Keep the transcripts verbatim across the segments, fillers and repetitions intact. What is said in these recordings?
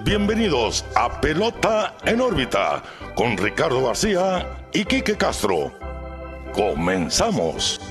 bienvenidos a Pelota en órbita con Ricardo García y Quique Castro. Comenzamos.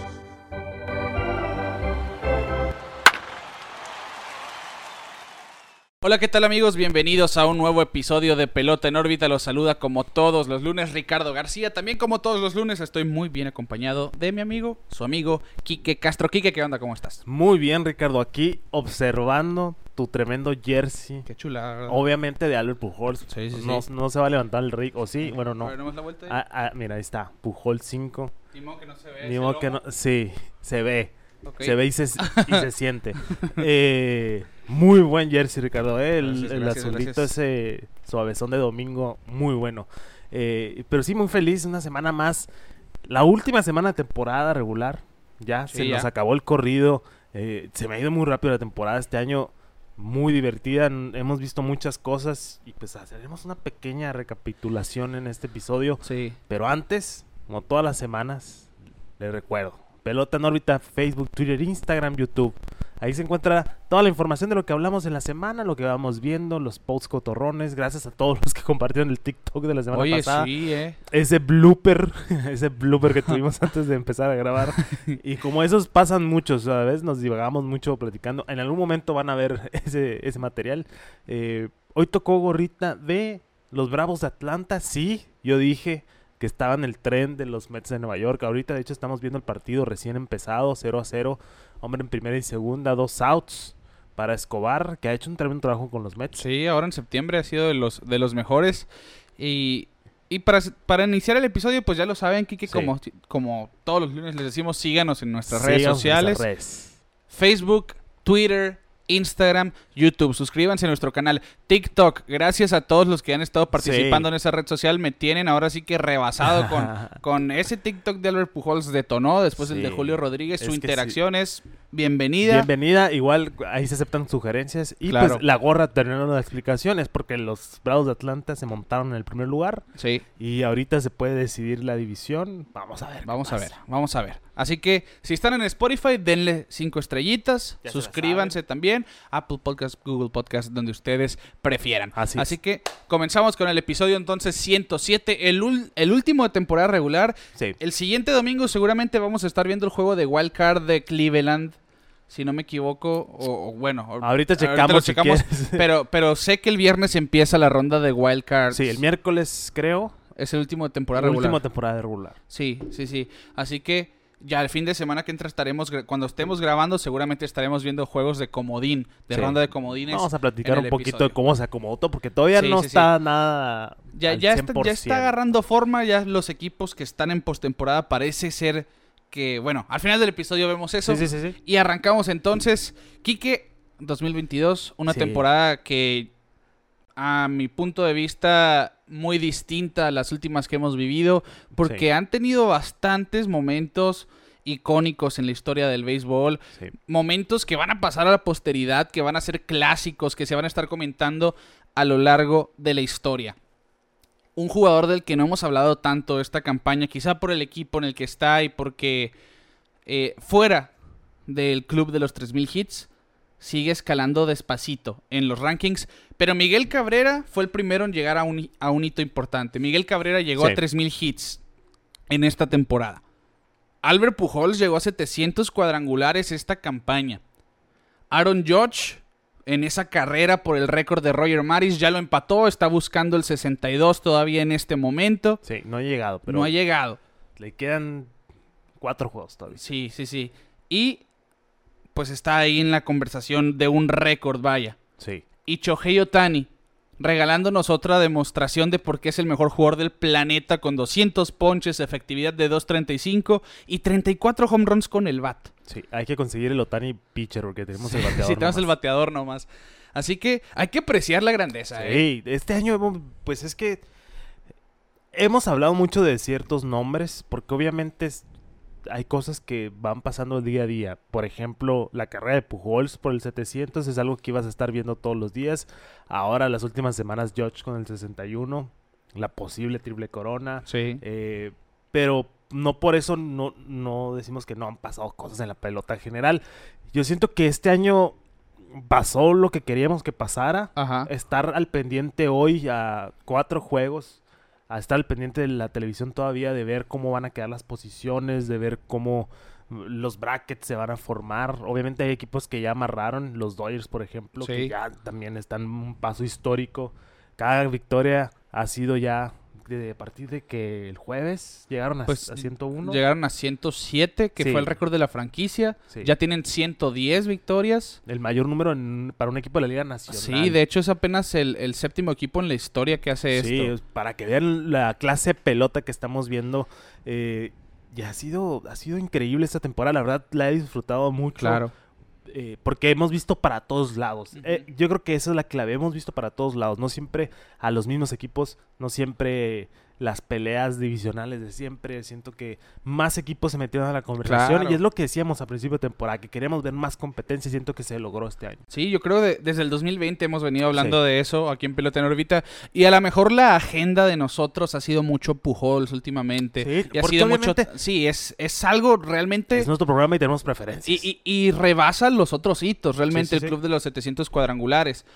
Hola, ¿qué tal amigos? Bienvenidos a un nuevo episodio de Pelota en órbita. Los saluda como todos los lunes Ricardo García. También como todos los lunes estoy muy bien acompañado de mi amigo, su amigo Quique Castro. Quique, ¿qué onda? ¿Cómo estás? Muy bien, Ricardo, aquí observando tu tremendo jersey. Qué chula. Obviamente de Albert Pujols. Sí, sí, no, sí. no se va a levantar el Rick, o sí, bueno, no. A ver, ¿damos la vuelta ahí? Ah, ah, mira, ahí está, Pujols cinco. Ni modo que no se ve. Ni modo que no, sí, se ve. Okay. Se ve y se, y se siente. Eh, muy buen jersey, Ricardo. Eh, el Gracias, el gracias, azulito gracias. ese suavezón de domingo, muy bueno. Eh, pero sí, muy feliz, una semana más. La última semana de temporada regular. Ya Sí, se ya. nos acabó el corrido. Eh, se me ha ido muy rápido la temporada este año. Muy divertida. N- Hemos visto muchas cosas. Y pues haremos una pequeña recapitulación en este episodio. Sí. Pero antes, como todas las semanas, les recuerdo. Pelota en órbita, Facebook, Twitter, Instagram, YouTube. Ahí se encuentra toda la información de lo que hablamos en la semana, lo que vamos viendo, los posts cotorrones. Gracias a todos los que compartieron el TikTok de la semana Oye, pasada. sí, eh. Ese blooper, ese blooper que tuvimos antes de empezar a grabar. Y como esos pasan muchos, a veces nos divagamos mucho platicando. En algún momento van a ver ese, ese material. Eh, hoy tocó gorrita de los Bravos de Atlanta. Sí, yo dije que estaba en el tren de los Mets de Nueva York. Ahorita, de hecho, estamos viendo el partido recién empezado, cero a cero. Hombre en primera y segunda, dos outs para Escobar, que ha hecho un tremendo trabajo con los Mets. Sí, ahora en septiembre ha sido de los, de los mejores. Y, y para, para iniciar el episodio, pues ya lo saben, Kike, Sí. como, como todos los lunes les decimos, síganos en nuestras Síganos redes en sociales. nuestras redes. Facebook, Twitter, Instagram, YouTube. Suscríbanse a nuestro canal. TikTok. Gracias a todos los que han estado participando Sí. en esa red social. Me tienen ahora sí que rebasado con, con ese TikTok de Albert Pujols detonó. Después el de Sí. Julio Rodríguez. Su Es que interacción es bienvenida. Bienvenida, igual ahí se aceptan sugerencias. Y Claro. pues la gorra terminando la explicación es porque los Bravos de Atlanta se montaron en el primer lugar. Sí. Y ahorita se puede decidir la división. Vamos a ver. qué Vamos a ver, pasa. vamos a ver. Así que si están en Spotify, denle cinco estrellitas, Ya se la suscríbanse también, Apple Podcast, Google Podcast, donde ustedes prefieran. Así es. que comenzamos con el episodio entonces ciento siete, el, ul- el último de temporada regular. Sí. El siguiente domingo seguramente vamos a estar viendo el juego de Wild Card de Cleveland, si no me equivoco, o, o bueno, o- Ahorita checamos lo si checamos, quieres. pero, pero sé que el viernes empieza la ronda de Wild Cards. Sí, el miércoles creo. Es el último de temporada La regular. última temporada regular. Sí, sí, sí. Así que ya el fin de semana que entra estaremos, gra- cuando estemos grabando, seguramente estaremos viendo juegos de comodín, de Sí. ronda de comodines. Vamos a platicar en un el poquito episodio. de cómo se acomodó todo, porque todavía Sí, no sí, está nada Ya, al ya, está, cien por ya está ciento. agarrando forma, ya los equipos que están en postemporada parece ser que, bueno, al final del episodio vemos eso. Sí, sí, sí, sí. Y arrancamos entonces, Quique, dos mil veintidós, una Sí. temporada que a mi punto de vista muy distinta a las últimas que hemos vivido, porque Sí. han tenido bastantes momentos icónicos en la historia del béisbol, Sí. momentos que van a pasar a la posteridad, que van a ser clásicos, que se van a estar comentando a lo largo de la historia. Un jugador del que no hemos hablado tanto esta campaña, quizá por el equipo en el que está y porque eh, fuera del club de los tres mil hits, sigue escalando despacito en los rankings. Pero Miguel Cabrera fue el primero en llegar a un, a un hito importante. Miguel Cabrera llegó Sí. a tres mil hits en esta temporada. Albert Pujols llegó a setecientos cuadrangulares esta campaña. Aaron Judge, en esa carrera por el récord de Roger Maris, ya lo empató. Está buscando el sesenta y dos todavía en este momento. Sí, no ha llegado, pero No ha llegado. le quedan cuatro juegos todavía. Sí, sí, sí. Y pues está ahí en la conversación de un récord, vaya. Sí. Y Shohei Ohtani, regalándonos otra demostración de por qué es el mejor jugador del planeta, con doscientos ponches, efectividad de dos treinta y cinco y treinta y cuatro home runs con el bat. Sí, hay que conseguir el Ohtani pitcher porque tenemos el bateador. Sí, tenemos el nomás. bateador nomás. Así que hay que apreciar la grandeza, ¿eh? Sí, este año hemos- pues es que hemos hablado mucho de ciertos nombres porque obviamente es- hay cosas que van pasando día a día. Por ejemplo, la carrera de Pujols por el setecientos es algo que ibas a estar viendo todos los días. Ahora, las últimas semanas, Judge con el sesenta y uno, la posible triple corona. Sí. Eh, pero no por eso no, no decimos que no han pasado cosas en la pelota general. Yo siento que este año pasó lo que queríamos que pasara. Ajá. Estar al pendiente hoy a cuatro juegos, a estar al pendiente de la televisión todavía, de ver cómo van a quedar las posiciones, de ver cómo los brackets se van a formar. Obviamente hay equipos que ya amarraron, los Dodgers, por ejemplo, Sí. que ya también están en un paso histórico. Cada victoria ha sido ya de, a partir de que el jueves llegaron a, Pues, a ciento uno. Llegaron a ciento siete, que Sí. fue el récord de la franquicia. Sí. Ya tienen ciento diez victorias. El mayor número en- para un equipo de la Liga Nacional. Sí, de hecho es apenas el, el séptimo equipo en la historia que hace Sí, esto. es para que vean la clase de pelota que estamos viendo. Eh, ya ha sido, ha sido increíble esta temporada. La verdad, la he disfrutado mucho. Claro. Eh, porque hemos visto para todos lados. Ujú. Eh, yo creo que esa es la clave. Hemos visto para todos lados. No siempre a los mismos equipos. No siempre las peleas divisionales de siempre. Siento que más equipos se metieron a la conversación. Claro. Y es lo que decíamos a principio de temporada. Que queríamos ver más competencia. Y siento que se logró este año. Sí, yo creo que desde el dos mil veinte hemos venido hablando Sí. de eso aquí en Pelota en órbita. Y a lo mejor la agenda de nosotros ha sido mucho Pujols últimamente. Sí, y ha porque sido mucho. obviamente Sí, es, es algo realmente. es nuestro programa y tenemos preferencias. Y, y, y rebasa los otros hitos, realmente, Sí, sí, el sí. club de los setecientos cuadrangulares.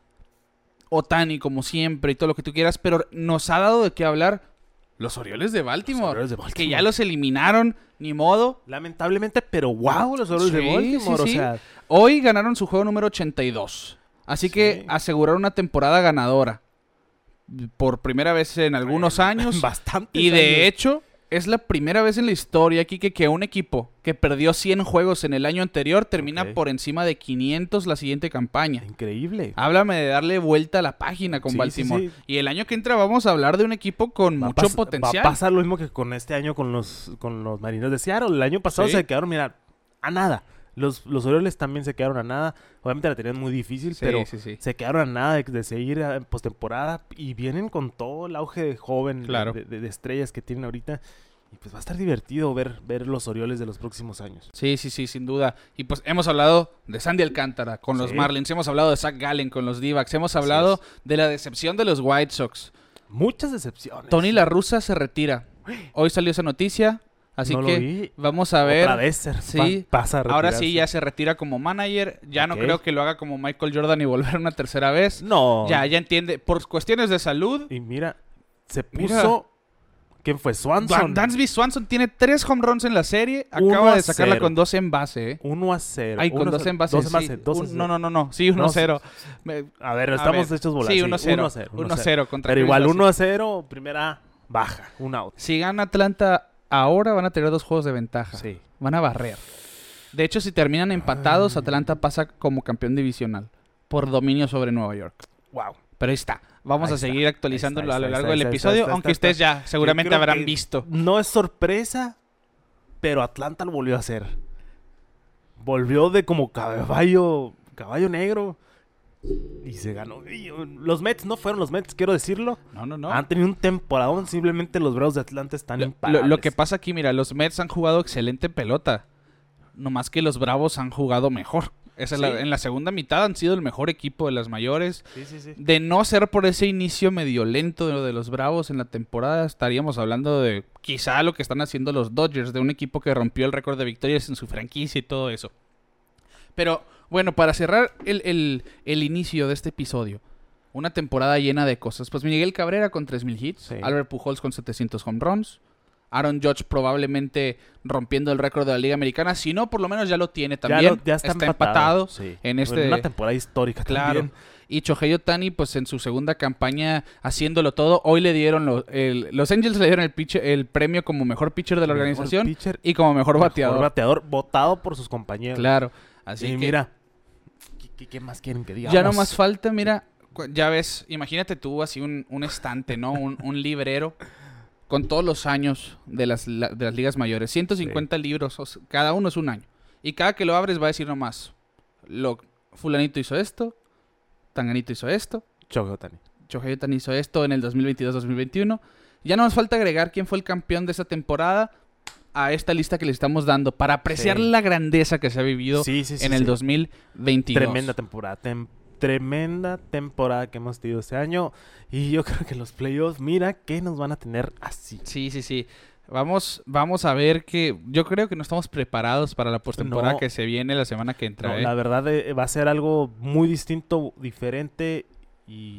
Otani, como siempre, y todo lo que tú quieras, pero nos ha dado de qué hablar los Orioles de Baltimore. Orioles de Que Baltimore. ya los eliminaron, ni modo. Lamentablemente, pero wow, los Orioles de Sí, Baltimore. sí, sí. O sea, Hoy ganaron su juego número ochenta y dos. Así Sí. que aseguraron una temporada ganadora. Por primera vez en algunos años. bastante. Y de hecho, es la primera vez en la historia, Kike, que un equipo que perdió cien juegos en el año anterior termina Ok. por encima de quinientos la siguiente campaña. Increíble. Háblame de darle vuelta a la página con Sí, Baltimore. sí, sí. Y el año que entra vamos a hablar de un equipo con Va a mucho pas- potencial. Va a pasar lo mismo que con este año con los, con los Marineros de Seattle. El año pasado Sí. se quedaron, mira, a nada. Los, los Orioles también se quedaron a nada. Obviamente la tenían muy difícil, Sí, pero sí, sí. se quedaron a nada de, de seguir en postemporada. Y vienen con todo el auge de joven, de- Claro. de, de- de estrellas que tienen ahorita. Y pues va a estar divertido ver, ver los Orioles de los próximos años. Sí, sí, sí, sin duda. Y pues hemos hablado de Sandy Alcántara con los Sí. Marlins, hemos hablado de Zach Gallen con los D-backs, hemos hablado de la decepción de los White Sox. Muchas decepciones. Tony La Russa se retira. Hoy salió esa noticia, así No lo que vi. vamos a ver. Otra vez se- Sí. pa- pasa a Ahora sí retirarse. ya se retira como manager. Ya no Ok. creo que lo haga como Michael Jordan y volver una tercera vez. No. Ya, ya entiende. Por cuestiones de salud. Y mira, se Mira. puso... ¿Quién fue? Swanson. Dan- Dansby Swanson tiene tres home runs en la serie. Uno Acaba a de sacarla cero. con dos en base, ¿eh? uno a cero. Ay, con Uno a dos cero. en base. Dos en sí. base. Dos a Un- cero. no, no, no, no. Sí, uno a No, cero. Me- A ver, A estamos ver. hechos bolas. Sí, uno a cero. uno a cero. uno a cero contra Pero Chris igual, Bassett. uno a cero, primera baja. Un out. Si gana Atlanta ahora, van a tener dos juegos de ventaja. Sí. Van a barrer. De hecho, si terminan empatados, Atlanta pasa como campeón divisional por dominio sobre Nueva York. Wow. Pero ahí está. Vamos Ahí a está, seguir actualizándolo ahí está, a lo ahí largo está, del ahí está, episodio, está, aunque está, ustedes ya seguramente creo habrán que visto. No es sorpresa, pero Atlanta lo volvió a hacer. Volvió de como caballo, caballo negro y se ganó. Y, uh, los Mets no fueron los Mets, quiero decirlo. No, no, no. Han tenido un temporadón. Simplemente los Bravos de Atlanta están Lo, lo- imparables. lo que pasa aquí, mira, los Mets han jugado excelente pelota. Nomás que los Bravos han jugado mejor. Es en, la, Sí. en la segunda mitad han sido el mejor equipo de las mayores. Sí, sí, sí. De no ser por ese inicio medio lento de, lo de los Bravos en la temporada, estaríamos hablando de quizá lo que están haciendo los Dodgers, de un equipo que rompió el récord de victorias en su franquicia y todo eso. Pero bueno, para cerrar el, el, el inicio de este episodio, una temporada llena de cosas. Pues Miguel Cabrera con tres mil hits, Sí. Albert Pujols con setecientos home runs, Aaron Judge probablemente rompiendo el récord de la Liga Americana, si no, por lo menos ya lo tiene también. Ya, lo- ya está, está empatado, Sí. en este... Una temporada histórica Claro. también. Y Shohei Ohtani, pues en su segunda campaña haciéndolo todo. Hoy le dieron lo- el- los Angels le dieron el, pitcher- el premio como mejor pitcher de la Mejor organización pitcher, y como mejor bateador. Mejor bateador votado por sus compañeros. Claro. Así y que mira, ¿qué, qué- qué más quieren que digamos? ya no más falta, mira, cu- ya ves, imagínate tú así un, un estante, ¿no? Un, un librero con todos los años de las, la- de las ligas mayores. ciento cincuenta libros, o sea, cada uno es un año. Y cada que lo abres va a decir nomás, lo, fulanito hizo esto, tanganito hizo esto, Shohei Ohtani. Shohei Ohtani hizo esto en el dos mil veintidós dos mil veintiuno. Ya no nos falta agregar quién fue el campeón de esa temporada a esta lista que le estamos dando para apreciar Sí. la grandeza que se ha vivido Sí, sí, sí, en el sí. dos mil veintidós. Tremenda temporada. tem- tremenda temporada que hemos tenido este año. Y yo creo que los playoffs, mira, que nos van a tener así. Sí, sí, sí. Vamos, vamos a ver que yo creo que no estamos preparados para la postemporada No. que se viene la semana que entra. No, ¿eh? la verdad eh, va a ser algo muy distinto, diferente y...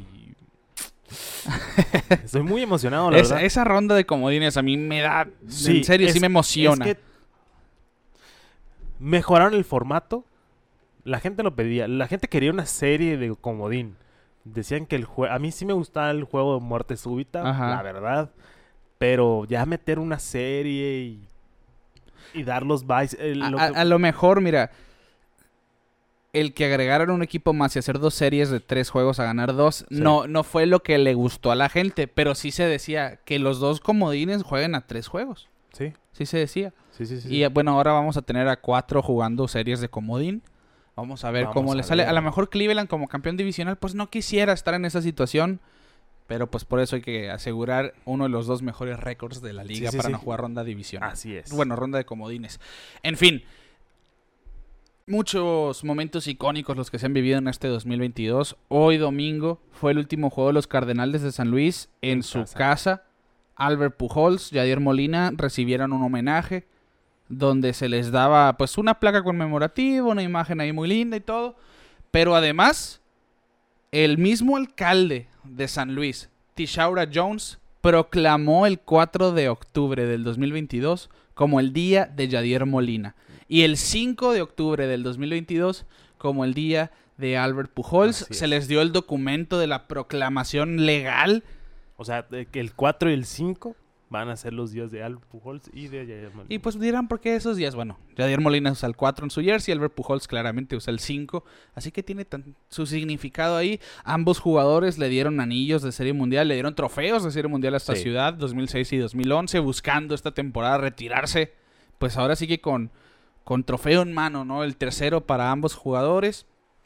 Estoy muy emocionado, la Esa, verdad. esa ronda de comodines a mí me da... Sí, en serio, es- sí me emociona. Es que mejoraron el formato. La gente lo pedía. La gente quería una serie de comodín. Decían que el juego... A mí sí me gustaba el juego de muerte súbita, Ajá. la verdad. Pero ya meter una serie y, y dar los buys... eh, A, lo a- que- a lo mejor, mira, el que agregaran un equipo más y hacer dos series de tres juegos a ganar dos, Sí. no, no fue lo que le gustó a la gente, pero sí se decía que los dos comodines jueguen a tres juegos. Sí, Sí se decía. sí, sí. sí. Y eh, bueno, ahora vamos a tener a cuatro jugando series de comodín. Vamos a ver Vamos cómo a le sale. ver. A lo mejor Cleveland como campeón divisional, pues no quisiera estar en esa situación. Pero pues por eso hay que asegurar uno de los dos mejores récords de la liga Sí, sí, para sí. no jugar ronda divisional. Así es. Bueno, ronda de comodines. En fin, muchos momentos icónicos los que se han vivido en este dos mil veintidós. Hoy domingo fue el último juego de los Cardenales de San Luis en, En su casa. casa. Albert Pujols, Yadier Molina recibieron un homenaje donde se les daba pues una placa conmemorativa, una imagen ahí muy linda y todo. Pero además, el mismo alcalde de San Luis, Tishaura Jones, proclamó el cuatro de octubre del dos mil veintidós como el día de Yadier Molina. Y el cinco de octubre del dos mil veintidós como el día de Albert Pujols. Así Se es. les dio el documento de la proclamación legal. O sea, de que el cuatro y el cinco van a ser los días de Albert Pujols y de Yadier Molina. Y pues dirán por qué esos días. Bueno, Yadier Molina usa el cuatro en su jersey, Albert Pujols claramente usa el cinco. Así que tiene tan, su significado ahí. Ambos jugadores le dieron anillos de Serie Mundial, le dieron trofeos de Serie Mundial a esta Sí. ciudad, dos mil seis y dos mil once, buscando esta temporada retirarse. Pues ahora sí que con, con trofeo en mano, ¿no? El tercero para ambos jugadores.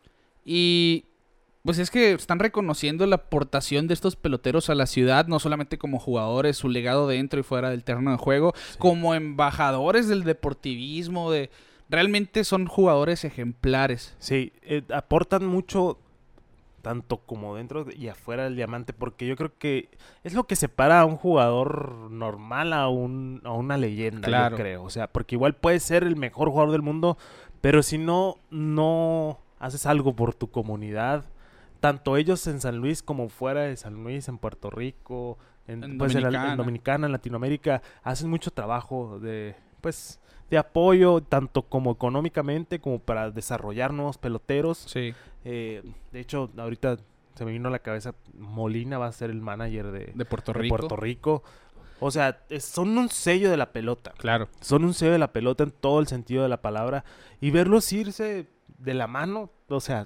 Y pues es que están reconociendo la aportación de estos peloteros a la ciudad, no solamente como jugadores, su legado dentro y fuera del terreno de juego, Sí. como embajadores del deportivismo, de realmente son jugadores ejemplares. Sí, eh, aportan mucho tanto como dentro y afuera del diamante, porque yo creo que es lo que separa a un jugador normal a un a una leyenda, Claro. yo creo. O sea, porque igual puedes ser el mejor jugador del mundo, pero si no no haces algo por tu comunidad, tanto ellos en San Luis como fuera de San Luis, en Puerto Rico, en, En pues, en la- en Dominicana. Dominicana, en Latinoamérica, hacen mucho trabajo de pues de apoyo, tanto como económicamente como para desarrollar nuevos peloteros. Sí, Eh, de hecho, ahorita se me vino a la cabeza, Molina va a ser el manager de, de Puerto de Rico. Puerto Rico. O sea, es- son un sello de la pelota. Claro. Son un sello de la pelota en todo el sentido de la palabra. Y verlos irse de la mano, o sea,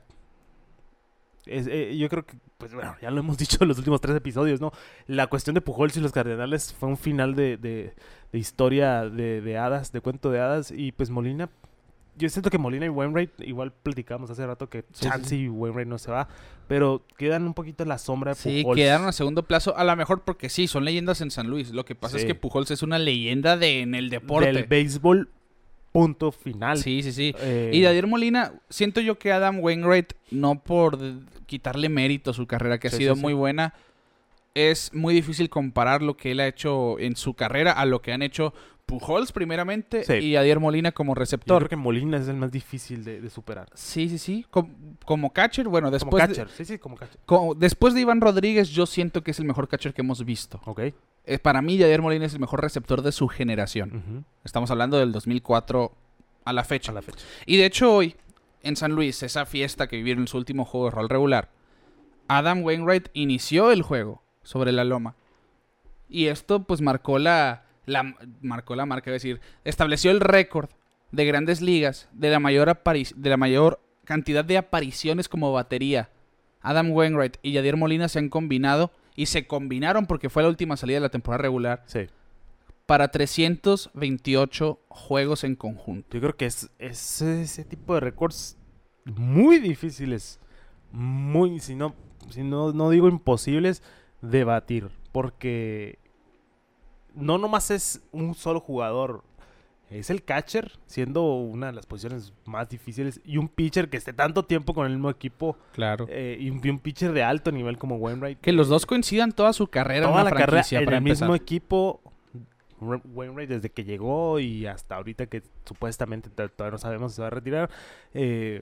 es- eh, yo creo que, pues bueno, ya lo hemos dicho en los últimos tres episodios, ¿no? La cuestión de Pujols y los Cardenales fue un final de, de- de historia de, de hadas, de cuento de hadas. Y pues Molina, yo siento que Molina y Wainwright, igual platicamos hace rato que Sí, Chansey sí, sí. y Wainwright no se va, pero quedan un poquito en la sombra de Sí, Pujols. quedaron a segundo plazo, a lo mejor porque sí, son leyendas en San Luis. Lo que pasa es Sí. que Pujols es una leyenda de, en el deporte. del béisbol, punto final. Sí, sí, sí. Eh, Y Yadier Molina, siento yo que Adam Wainwright, no por de- quitarle mérito a su carrera, que Sí, ha sido sí, sí. muy buena, es muy difícil comparar lo que él ha hecho en su carrera a lo que han hecho Pujols primeramente Sí. y Yadier Molina como yo receptor. creo que Molina es el más difícil de, de superar. Sí, sí, sí. Com- como catcher, bueno, Como después de, catcher, sí, sí, como catcher. co- después de Iván Rodríguez, yo siento que es el mejor catcher que hemos visto. Ok. Eh, para mí, Yadier Molina es el mejor receptor de su generación. Ujú. Estamos hablando del dos mil cuatro a la fecha. A la fecha. Y de hecho hoy, en San Luis, esa fiesta que vivieron en su último juego de rol regular, Adam Wainwright inició el juego sobre la loma. Y esto pues marcó la, la marcó la marca, es decir, estableció el récord de Grandes Ligas de la mayor apari- de la mayor cantidad de apariciones como batería. Adam Wainwright y Yadier Molina se han combinado y se combinaron porque fue la última salida de la temporada regular Sí. para trescientos veintiocho juegos en conjunto. Yo creo que es, es ese tipo de récords muy difíciles. Muy, si no, si no, no digo imposibles, de batir. Porque no nomás es un solo jugador. Es el catcher, siendo una de las posiciones más difíciles. Y un pitcher que esté tanto tiempo con el mismo equipo. Claro. eh, y, un, y un pitcher de alto nivel como Wainwright. Que los dos coincidan toda su carrera en Toda una la carrera franquicia en para el empezar. mismo equipo Wainwright desde que llegó y hasta ahorita que supuestamente todavía no sabemos si se va a retirar. Eh,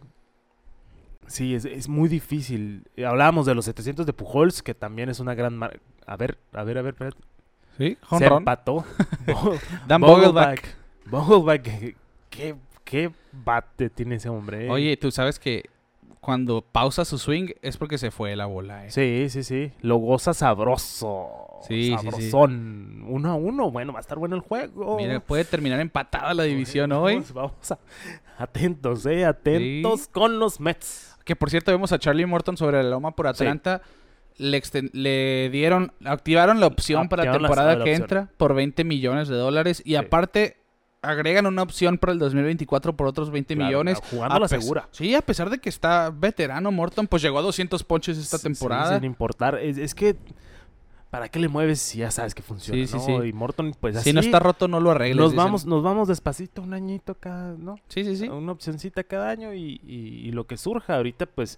sí, es, es muy difícil. Hablábamos de los setecientos de Pujols, que también es una gran... Mar- a ver, a ver, a ver, espérate. Sí, Se jonrón. empató. Dan Vogelbach. Vogelbach, qué, qué, qué bate tiene ese hombre. Eh. Oye, tú sabes que cuando pausa su swing es porque se fue la bola. Eh. Sí, sí, sí. Lo goza sabroso. Sí, Sabrosón. sí, sí. Uno a uno. Bueno, va a estar bueno el juego. Mira, puede terminar empatada la división Vamos, hoy. Vamos a... Atentos, eh. Atentos Sí. con los Mets. Que por cierto, vemos a Charlie Morton sobre la loma por Atlanta. Sí. Le, exten- le dieron, activaron la opción para la temporada la, que la entra por veinte millones de dólares. Y sí. aparte, agregan una opción para el dos mil veinticuatro por otros veinte claro, millones. Jugando a la segura. Sí, a pesar de que está veterano Morton, pues llegó a doscientos ponches esta sí, temporada. Sí, sin importar. Es, es que, ¿para qué le mueves si ya sabes que funciona? Sí, sí, ¿no? Sí. Y Morton, pues así. Si no está roto, no lo arregles. Nos vamos, nos vamos despacito, un añito cada, ¿no? Sí, sí, sí. Una opcioncita cada año y, y, y lo que surja ahorita, pues...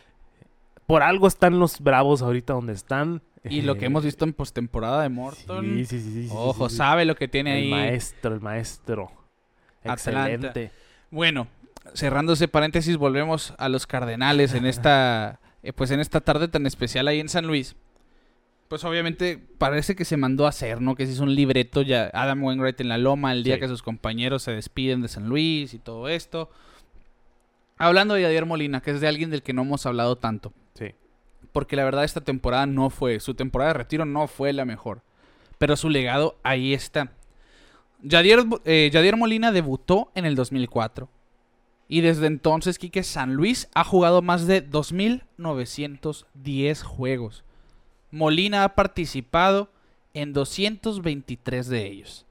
Por algo están los Bravos ahorita donde están. Y eh, lo que hemos visto en postemporada de Morton. Sí, sí, sí. sí Ojo, sí, sí. sabe lo que tiene el ahí. El maestro, el maestro. Atlanta. Excelente. Bueno, cerrando ese paréntesis, volvemos a los Cardenales en esta, eh, pues en esta tarde tan especial ahí en San Luis. Pues obviamente parece que se mandó a hacer, ¿no? Que se hizo un libreto ya Adam Wainwright en la loma el día sí. que sus compañeros se despiden de San Luis y todo esto. Hablando de Yadier Molina, que es de alguien del que no hemos hablado tanto. Sí. Porque la verdad esta temporada no fue, su temporada de retiro no fue la mejor. Pero su legado ahí está. Yadier, eh, Yadier Molina debutó en el dos mil cuatro. Y desde entonces, Quique, San Luis ha jugado más de dos mil novecientos diez juegos. Molina ha participado en doscientos veintitrés de ellos.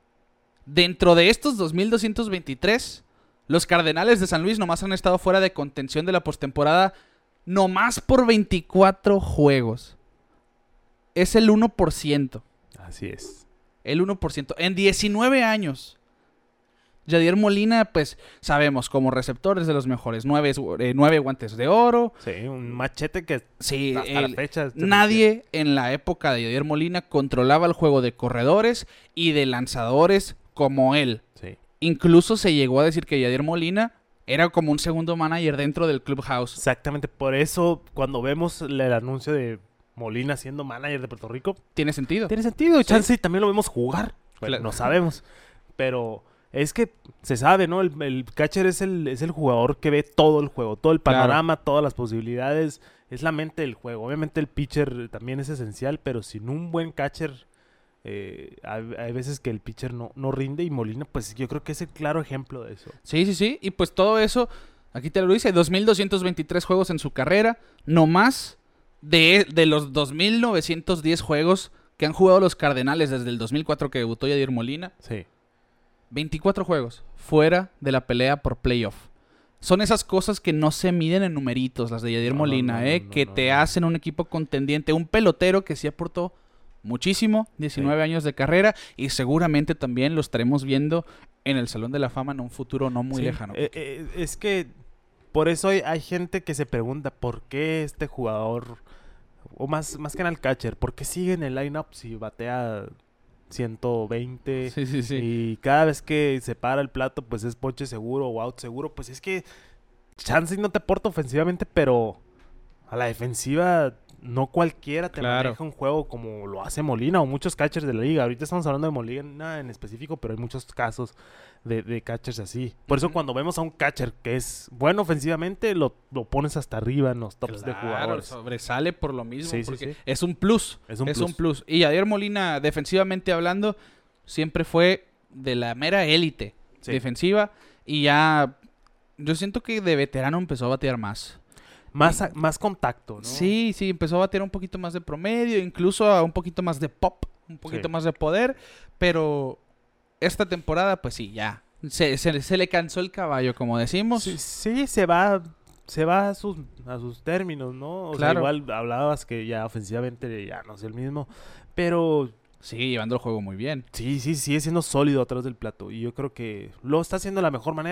Dentro de estos dos mil doscientos veintitrés, los Cardenales de San Luis nomás han estado fuera de contención de la postemporada nomás por veinticuatro juegos. Es el uno por ciento. Así es. El uno por ciento. En diecinueve años. Yadier Molina, pues, sabemos, como receptor es de los mejores. Nueve, eh, nueve guantes de oro. Sí, un machete que sí, hasta el, la fecha... Nadie en la época de Yadier Molina controlaba el juego de corredores y de lanzadores como él. Sí. Incluso se llegó a decir que Yadier Molina era como un segundo manager dentro del clubhouse. Exactamente, por eso cuando vemos el anuncio de Molina siendo manager de Puerto Rico... Tiene sentido. Tiene sentido, sí. chance también lo vemos jugar. Bueno, claro. No sabemos, pero es que se sabe, ¿no? El, el catcher es el, es el jugador que ve todo el juego, todo el panorama, claro. Todas las posibilidades. Es la mente del juego. Obviamente el pitcher también es esencial, pero sin un buen catcher... Eh, hay, hay veces que el pitcher no, no rinde y Molina, pues yo creo que es el claro ejemplo de eso. Sí, sí, sí. Y pues todo eso, aquí te lo dice, dos mil doscientos veintitrés juegos en su carrera, no más de, de los dos mil novecientos diez juegos que han jugado los Cardenales desde el dos mil cuatro que debutó Yadier Molina. Sí. veinticuatro juegos fuera de la pelea por playoff. Son esas cosas que no se miden en numeritos, las de Yadier no, Molina, no, no, eh, no, que no, te no. hacen un equipo contendiente, un pelotero que sí aportó muchísimo, diecinueve sí. años de carrera, y seguramente también lo estaremos viendo en el Salón de la Fama en un futuro no muy sí. lejano. Eh, eh, es que por eso hay, hay gente que se pregunta por qué este jugador, o más, más que en el catcher, por qué sigue en el line-up si batea ciento veinte sí, sí, sí. y cada vez que se para el plato pues es ponche seguro o out seguro. Pues es que chance no te aporta ofensivamente, pero a la defensiva... No cualquiera te claro. maneja un juego como lo hace Molina o muchos catchers de la liga. Ahorita estamos hablando de Molina en específico, pero hay muchos casos de, de catchers así. Por eso cuando vemos a un catcher que es bueno ofensivamente, lo, lo pones hasta arriba en los tops claro, de jugadores. Sobresale por lo mismo, sí, porque sí, sí. es un plus. Es, un, es plus. un plus. Y Yadier Molina, defensivamente hablando, siempre fue de la mera élite sí. defensiva. Y ya, yo siento que de veterano empezó a batear más. Más, a, más contacto, ¿no? Sí, sí, empezó a batear un poquito más de promedio, incluso a un poquito más de pop, un poquito sí. más de poder, pero esta temporada, pues sí, ya, se, se, se le cansó el caballo, como decimos. Sí, sí se va, se va a sus, a sus términos, ¿no? O claro. sea, igual hablabas que ya ofensivamente ya no es el mismo, pero... Sí, llevando el juego muy bien. Sí, sí, sigue siendo sólido atrás del plato. Y yo creo que lo está haciendo de la mejor manera. Y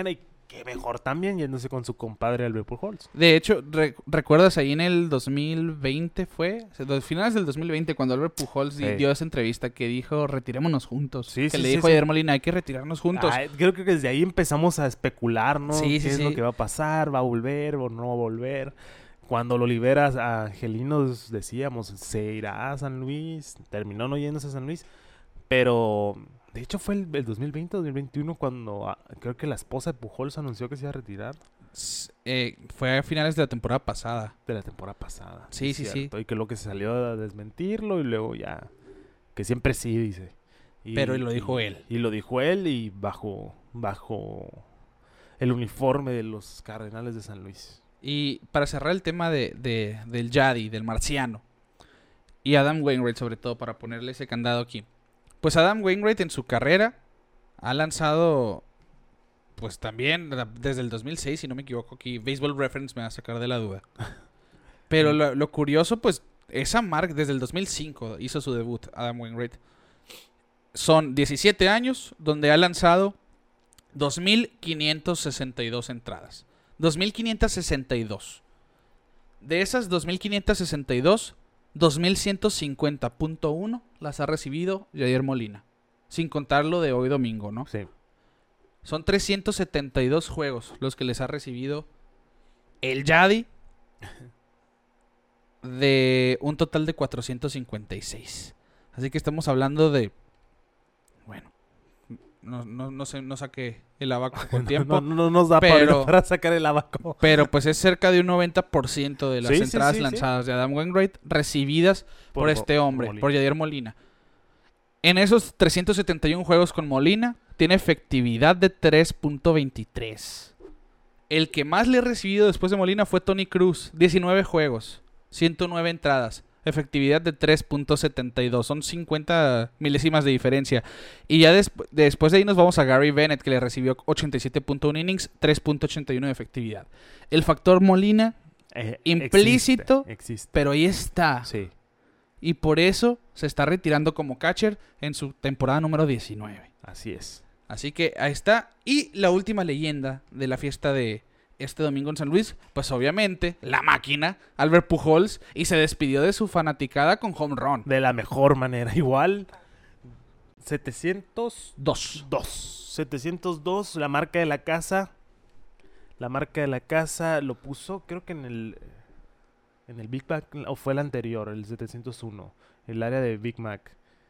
qué mejor también yéndose con su compadre Albert Pujols. De hecho, re- ¿recuerdas ahí en el dos mil veinte fue? O sea, los finales del dos mil veinte cuando Albert Pujols Sí. dio esa entrevista que dijo, retirémonos juntos. Sí, que sí, le sí, dijo sí. a Yadier Molina, hay que retirarnos juntos. Ay, creo que desde ahí empezamos a especular, ¿no? Sí, ¿Qué sí, es sí. lo que va a pasar? ¿Va a volver o no va a volver? Cuando lo liberas a Angelinos decíamos, se irá a San Luis. Terminó no yéndose a San Luis. Pero, de hecho, fue el, el dos mil veinte, dos mil veintiuno cuando ah, creo que la esposa de Pujols anunció que se iba a retirar S- eh, fue a finales de la temporada pasada. de la temporada pasada. Sí, es sí, sí. cierto. Y que lo que se salió a desmentirlo y luego ya... Que siempre sí, dice. Y- Pero lo dijo y- él. Y lo dijo él y bajo, bajo el uniforme de los Cardenales de San Luis. Y para cerrar el tema de, de- del Yadi, del marciano, y Adam Wainwright sobre todo, para ponerle ese candado aquí. Pues Adam Wainwright en su carrera ha lanzado, pues también desde el dos mil seis, si no me equivoco, aquí Baseball Reference me va a sacar de la duda. Pero lo, lo curioso, pues esa marca desde el dos mil cinco hizo su debut Adam Wainwright. Son diecisiete años donde ha lanzado dos mil quinientas sesenta y dos entradas. dos mil quinientas sesenta y dos. De esas dos mil quinientas sesenta y dos, dos mil ciento cincuenta punto uno las ha recibido Yadier Molina. Sin contar lo de hoy domingo, ¿no? Sí. Son trescientos setenta y dos juegos los que les ha recibido el Yadi de un total de cuatrocientos cincuenta y seis. Así que estamos hablando de... Bueno, no, no, no, sé, no saqué el abaco con tiempo. No, no, no nos da pero- para, para sacar el abaco. Pero pues es cerca de un noventa por ciento de las Sí, sí, entradas sí, sí. lanzadas de Adam Wainwright recibidas por, Por este Mo- hombre, Molina. por Yadier Molina. En esos trescientos setenta y uno juegos con Molina, tiene efectividad de tres punto veintitrés. El que más le ha recibido después de Molina fue Tony Cruz, diecinueve juegos, ciento nueve entradas, efectividad de tres punto setenta y dos, son cincuenta milésimas de diferencia. Y ya des- después de ahí nos vamos a Gary Bennett, que le recibió ochenta y siete punto uno innings, tres punto ochenta y uno de efectividad. El factor Molina, Eh, implícito, Existe, existe. pero ahí está. Sí. Y por eso se está retirando como catcher en su temporada número diecinueve. Así es. Así que ahí está. Y la última leyenda de la fiesta de este domingo en San Luis, pues obviamente, la máquina, Albert Pujols, y se despidió de su fanaticada con home run. De la mejor manera. Igual, setecientos Dos. dos. setecientos dos, la marca de la casa. La marca de la casa lo puso, creo que en el... En el Big Mac, o fue el anterior, el setecientos uno. El área de Big Mac.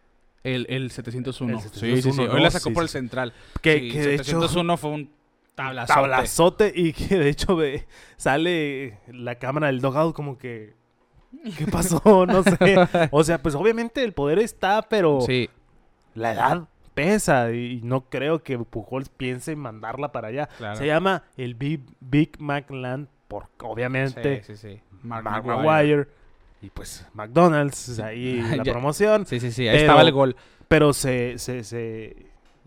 El, el setecientos uno. El sí, setecientos uno, sí, sí. ¿no? Hoy la sacó Sí, por sí, el sí. central. Que, Sí, que de hecho... setecientos uno fue un tablazote. tablazote y que de hecho ve, sale la cámara del dugout como que ¿qué pasó? No sé. O sea, pues obviamente el poder está, pero Sí. la edad pesa y no creo que Pujols piense en mandarla para allá. Claro. Se llama el Big, Big Mac Land por obviamente Sí, sí, sí. Mark, Mark Maguire. Maguire. Y pues McDonald's ahí la Ya. promoción, Sí, sí, sí. Ahí Pero- estaba el gol. pero se, se, se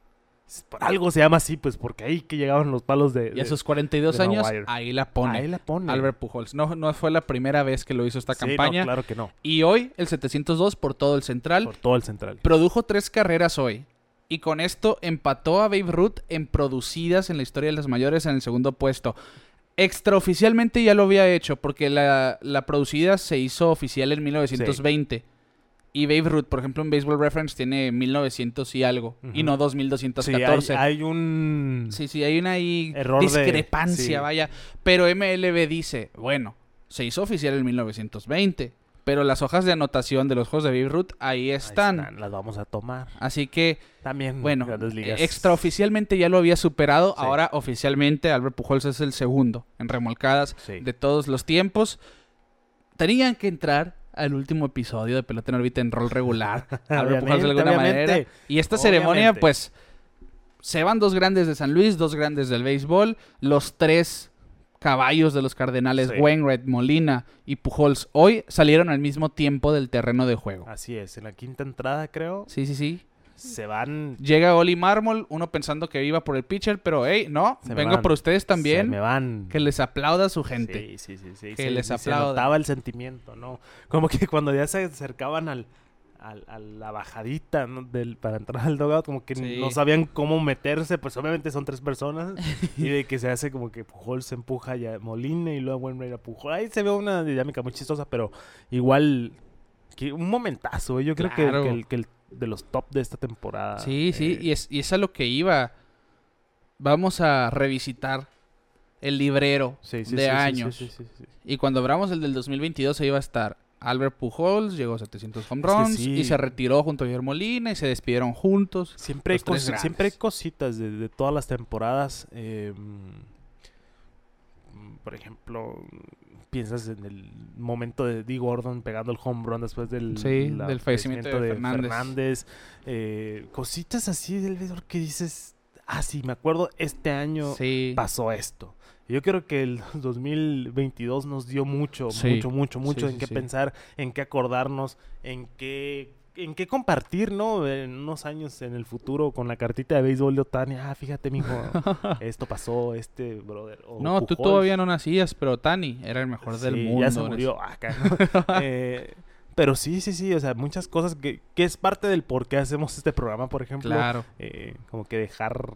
por algo se llama así, pues porque ahí que llegaban los palos de, Y a de- sus cuarenta y dos de años, Maguire. ahí la pone. ahí la pone. Albert Pujols. No, no fue la primera vez que lo hizo esta Sí, no, campaña. claro que no. Y hoy, el setecientos dos por todo el central. Por todo el central. Produjo tres carreras hoy. Y con esto empató a Babe Ruth en producidas en la historia de las mayores en el segundo puesto. Extraoficialmente ya lo había hecho, porque la, la producida se hizo oficial en mil novecientos veinte. Y Babe Ruth, por ejemplo, en Baseball Reference tiene mil novecientos y algo. Ujú. Y no dos mil doscientos Sí, hay, catorce. hay un... Sí, sí, hay una ahí Error de- discrepancia, sí. vaya. Pero M L B dice, bueno, se hizo oficial en mil novecientos veinte, pero las hojas de anotación de los juegos de Babe Ruth ahí Ahí están. Las vamos a tomar. Así que, También bueno, Grandes Ligas. eh, extraoficialmente ya lo había superado. Sí. Ahora, oficialmente, Albert Pujols es el segundo en remolcadas Sí. de todos los tiempos. Tenían que entrar al último episodio de Pelota en órbita en rol regular. Albert Pujols de Obviamente, alguna obviamente. manera. Y esta ceremonia, Obviamente. pues, se van dos grandes de San Luis, dos grandes del béisbol, los tres caballos de los Cardenales, Sí. Wainwright, Molina y Pujols, hoy salieron al mismo tiempo del terreno de juego. Así es. En la quinta entrada, creo, Sí, sí, sí. se van... Llega Oli Marmol, uno pensando que iba por el pitcher, pero hey, no, Se me vengo van. por ustedes Se también. me van... Que les aplauda a su gente. Sí, sí, sí. sí. Que se, les se aplauda. notaba el sentimiento, ¿no? Como que cuando ya se acercaban al... a, a la bajadita, ¿no? Del, para entrar al dugout, como que Sí. no sabían cómo meterse, pues obviamente son tres personas, y de que se hace como que Pujols se empuja ya a Molina y luego Wainwright a Pujols. Ahí se ve una dinámica muy chistosa, pero igual, que un momentazo, ¿eh? Yo creo Claro. que, que, el, que el de los top de esta temporada. Sí, sí, eh, y es, y es a lo que iba. Vamos a revisitar el librero sí, sí, de sí, sí, años. sí, sí, sí, sí. Y cuando abramos el del dos mil veintidós, ahí iba a estar Albert Pujols, llegó a setecientos home Es que runs sí. y se retiró junto a Guillermo Molina y se despidieron juntos. Siempre hay, Los tres cos- siempre hay grandes. cositas de, de todas las temporadas. eh, mm, por ejemplo, piensas en el momento de Dee Gordon pegando el home run después del, Sí, la- del fallecimiento de Fernández. eh, cositas así del béisbol que dices, ah, sí, me acuerdo, este año Sí, pasó esto. Yo creo que el dos mil veintidós nos dio mucho, Sí. mucho, mucho, mucho Sí, en sí, qué sí. pensar, en qué acordarnos, en qué, en qué compartir, ¿no? En unos años en el futuro con la cartita de béisbol de Ohtani. Ah, fíjate, mijo, esto pasó, este brother. o no, tú Pujols. todavía no nacías, pero Tani era el mejor del Sí, mundo. ya se en murió acá, ¿no? Eh, pero sí, sí, sí, o sea, muchas cosas que, que es parte del por qué hacemos este programa, por eso. ejemplo. Claro. eh, como que dejar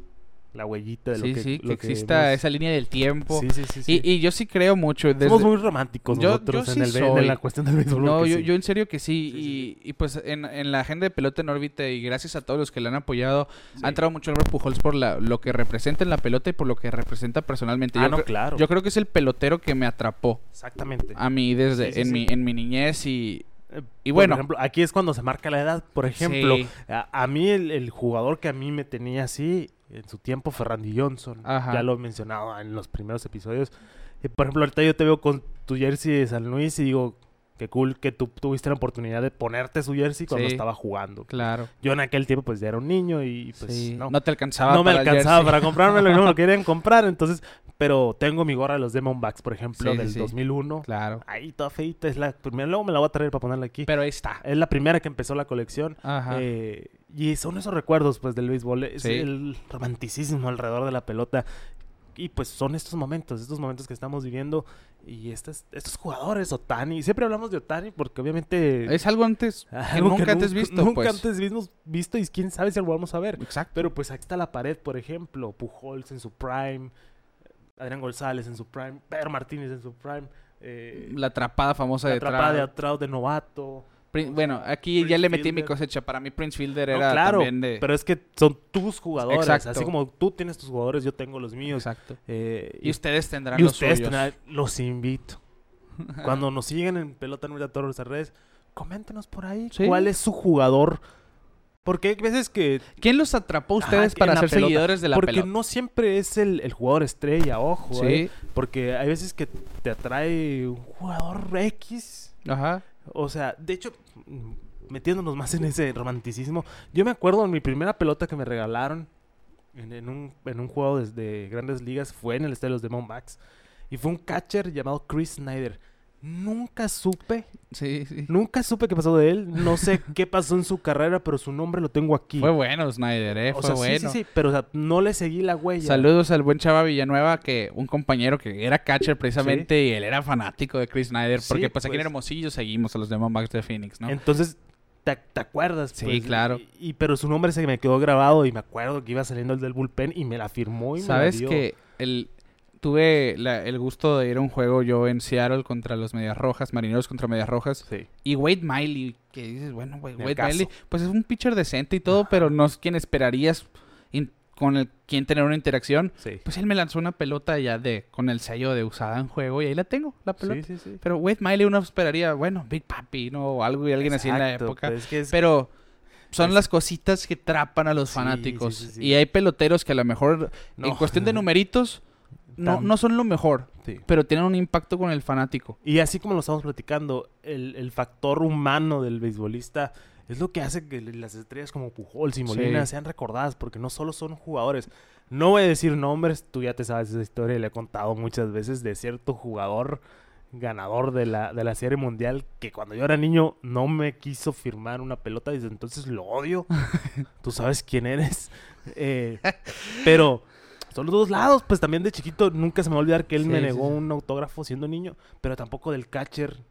la huellita de lo Sí, que sí, que lo exista hemos- esa línea del tiempo. Sí, sí, sí, sí. Y, y yo sí creo mucho. Desde... Somos muy románticos Yo- nosotros yo en, sí el, be- soy. en la cuestión del béisbol. No, porque yo, sí. yo en serio que sí. Sí, y, y pues en, en la agenda de Pelota en órbita y gracias a todos los que le han apoyado, Sí. ha entrado mucho Albert Pujols por la, lo que representa en la pelota y por lo que representa personalmente. Ah, yo, no, cre- claro. yo creo que es el pelotero que me atrapó Exactamente. a mí desde Sí, sí, en, sí. Mi, en mi niñez y, Eh, y por bueno. ejemplo, aquí es cuando se marca la edad. Por ejemplo, Sí. a, a mí el, el jugador que a mí me tenía así en su tiempo fue Randy Johnson. Ajá. Ya lo he mencionado en los primeros episodios. Eh, por ejemplo, ahorita yo te veo con tu jersey de San Luis y digo, qué cool que tú tuviste la oportunidad de ponerte su jersey cuando Sí. estaba jugando. Claro. Yo en aquel tiempo pues ya era un niño y pues Sí, no, no, te alcanzaba. no me para el alcanzaba jersey. para comprármelo y no me lo querían comprar. Entonces, pero tengo mi gorra de los Diamondbacks, por ejemplo, Sí, sí, del sí. dos mil uno. Claro. Ahí toda feita, es la primera, luego me la voy a traer para ponerla aquí. Pero ahí está. Es la primera que empezó la colección. Ajá. eh, y son esos recuerdos pues del béisbol, es Sí. el romanticismo alrededor de la pelota. Y pues son estos momentos, estos momentos que estamos viviendo. Y estos, estos jugadores, Ohtani. Siempre hablamos de Ohtani porque obviamente... Es algo antes que algo nunca antes nunca- visto. Nunca pues. antes vimos, visto y quién sabe si lo vamos a ver. Exacto. Pero pues ahí está la pared, por ejemplo. Pujols en su prime. Adrián González en su prime. Pedro Martínez en su prime. eh, La atrapada famosa la de atrapada de Trout. atrás de novato. Prin- Bueno, aquí Prince ya le metí mi Fielder. cosecha. Para mí Prince Fielder No, era claro, también de... pero es que son tus jugadores. Exacto. Así como tú tienes tus jugadores, yo tengo los míos. Exacto. Eh, Y ustedes tendrán y los ustedes suyos. tendrán- los invito. Cuando nos siguen en Pelota Nueva todas nuestras redes, coméntenos por ahí Sí. cuál es su jugador. Porque hay veces que... ¿Quién los atrapó a Ajá, ustedes que para en la ser pelota. seguidores de la Porque pelota? no siempre es el, el jugador estrella, ojo. Sí. eh, Porque hay veces que te atrae un jugador X. Ajá. O sea, de hecho, mm, metiéndonos más en ese romanticismo, yo me acuerdo en mi primera pelota que me regalaron en, en un, en un juego desde Grandes Ligas, fue en el estadio de los Diamondbacks, y fue un catcher llamado Chris Snyder. Nunca supe, Sí, sí. nunca supe qué pasó de él, no sé qué pasó en su carrera, pero su nombre lo tengo aquí. Fue bueno Snyder, ¿eh? o Fue sea, bueno. sí, sí, sí, pero o sea, no le seguí la huella. Saludos al buen Chava Villanueva, que un compañero que era catcher precisamente y él era fanático de Chris Snyder. Sí, Porque pues aquí en pues. Hermosillo seguimos a los Diamondbacks de Phoenix, ¿no? Entonces, ¿te, te acuerdas? Sí, pues? claro. Y, y- pero su nombre se me quedó grabado y me acuerdo que iba saliendo el del bullpen y me la firmó y ¿Sabes me la dio. que el tuve la- el gusto de ir a un juego yo en Seattle contra los Medias Rojas, Marineros contra Medias Rojas? Sí. Y Wade Miley, que dices, bueno, güey, Ni al Wade caso. Miley, pues es un pitcher decente y todo, pero no es quien esperarías in- con el quien tener una interacción. Sí. Pues él me lanzó una pelota ya de con el sello de usada en juego y ahí la tengo, la pelota. Sí, sí, sí. Pero Wade Miley uno esperaría, bueno, Big Papi, ¿no? O algo y alguien así en la Exacto, época. pues es que es- Pero son es- las cositas que atrapan a los Sí, fanáticos. sí, sí, sí. Y hay peloteros que a lo mejor, en No. cuestión de numeritos, no, Tam- no son lo mejor, sí. pero tienen un impacto con el fanático. Y así como lo estamos platicando, el, el factor humano del beisbolista es lo que hace que las estrellas como Pujols y Molina Sí. sean recordadas, porque no solo son jugadores. No voy a decir nombres, tú ya te sabes esa historia y le he contado muchas veces de cierto jugador ganador de la, de la Serie Mundial que cuando yo era niño no me quiso firmar una pelota y desde entonces lo odio. Tú sabes quién eres. Eh, pero son los dos lados, pues también de chiquito nunca se me va a olvidar que él Sí, me sí, negó sí. un autógrafo siendo niño, pero tampoco del catcher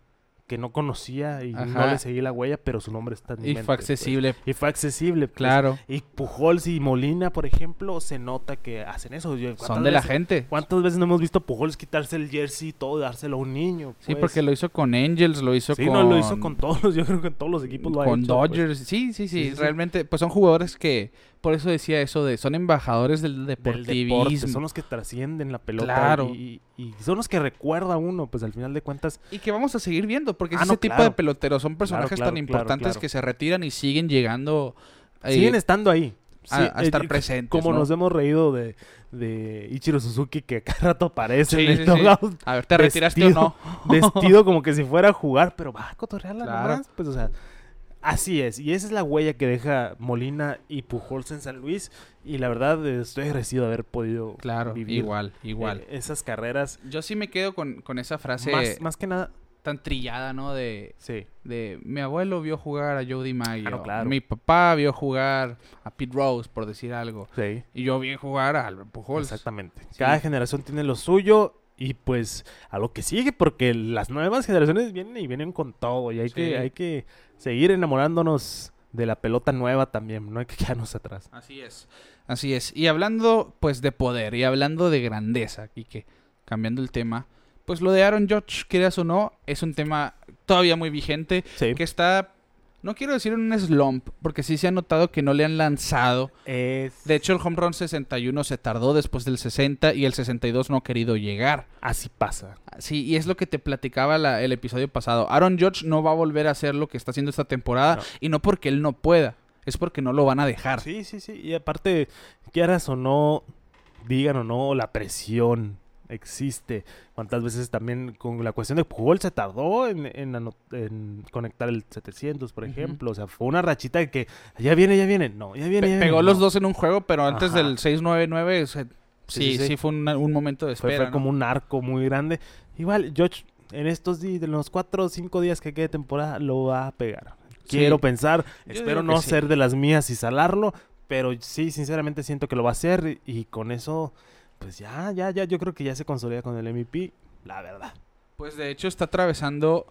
que no conocía y Ajá. no le seguí la huella, pero su nombre está en mi Y mente, fue accesible. pues. Y fue accesible. Pues. Claro. Y Pujols y Molina, por ejemplo, se nota que hacen eso. Yo, Son de la veces, gente. ¿Cuántas veces no hemos visto a Pujols quitarse el jersey y todo, dárselo a un niño? Sí, pues? porque lo hizo con Angels, lo hizo Sí, con... no, lo hizo con todos los, yo creo que en todos los equipos lo ha con hecho. Dodgers. Pues. Sí, sí, sí, Sí, sí, sí. realmente, pues son jugadores que, por eso decía eso de, son embajadores del Del deportivismo. deporte, son los que trascienden la pelota. Claro. Y, y son los que recuerda uno, pues al final de cuentas. Y que vamos a seguir viendo, porque Ah, ese no, tipo claro. de peloteros son personajes claro, tan claro, importantes claro. que se retiran y siguen llegando eh, Siguen estando ahí. a, Sí, a estar eh, presentes. Como ¿no? nos hemos reído de, de Ichiro Suzuki, que cada rato aparece Sí, en el sí, sí. dugout, A ver, ¿te retiraste o vestido- no? vestido como que si fuera a jugar, pero va a cotorrearla Claro. nomás. Pues, o sea, así es. Y esa es la huella que deja Molina y Pujols en San Luis. Y la verdad, eh, estoy agradecido de haber podido Claro, vivir igual, igual. eh, esas carreras. Yo sí me quedo con, con esa frase Más, más que nada, tan trillada, ¿no? De, sí. de mi abuelo vio jugar a Joe DiMaggio. Claro, claro. Mi papá vio jugar a Pete Rose, por decir algo. Sí. Y yo vi jugar a Albert Pujols. Exactamente. Sí. Cada generación tiene lo suyo y pues a lo que sigue, porque las nuevas generaciones vienen y vienen con todo y hay, Sí. que, hay que seguir enamorándonos de la pelota nueva también, no hay que quedarnos atrás. Así es, así es. Y hablando pues de poder y hablando de grandeza, y que cambiando el tema, pues lo de Aaron Judge, quieras o no, es un tema todavía muy vigente, Sí. que está, no quiero decir en un slump, porque sí se ha notado que no le han lanzado. Es... De hecho, el home run sesenta y uno se tardó después del sesenta y el sesenta y dos no ha querido llegar. Así pasa. Sí, y es lo que te platicaba la- el episodio pasado. Aaron Judge no va a volver a hacer lo que está haciendo esta temporada, No. y no porque él no pueda, es porque no lo van a dejar. Sí, sí, sí. Y aparte, quieras o no, digan o no, la presión existe. Cuántas veces también con la cuestión de Pujol se tardó en, en, ano- en conectar el setecientos, por Ujú. ejemplo. O sea, fue una rachita de que ya viene, ya viene. No, ya viene, Pe- ya pegó viene. los No. dos en un juego, pero antes Ajá. del seis nueve nueve, se- sí, Sí, sí, sí, sí. fue un, un momento de Fue, espera. fue ¿no? como un arco muy grande. Igual, George, en estos días, en los cuatro o cinco días que quede de temporada, lo va a pegar. Sí. Quiero pensar, Yo espero digo que no sí. ser de las mías y salarlo, pero sí, sinceramente siento que lo va a hacer y, y con eso, pues ya, ya, ya, yo creo que ya se consolida con el M V P, la verdad. Pues de hecho está atravesando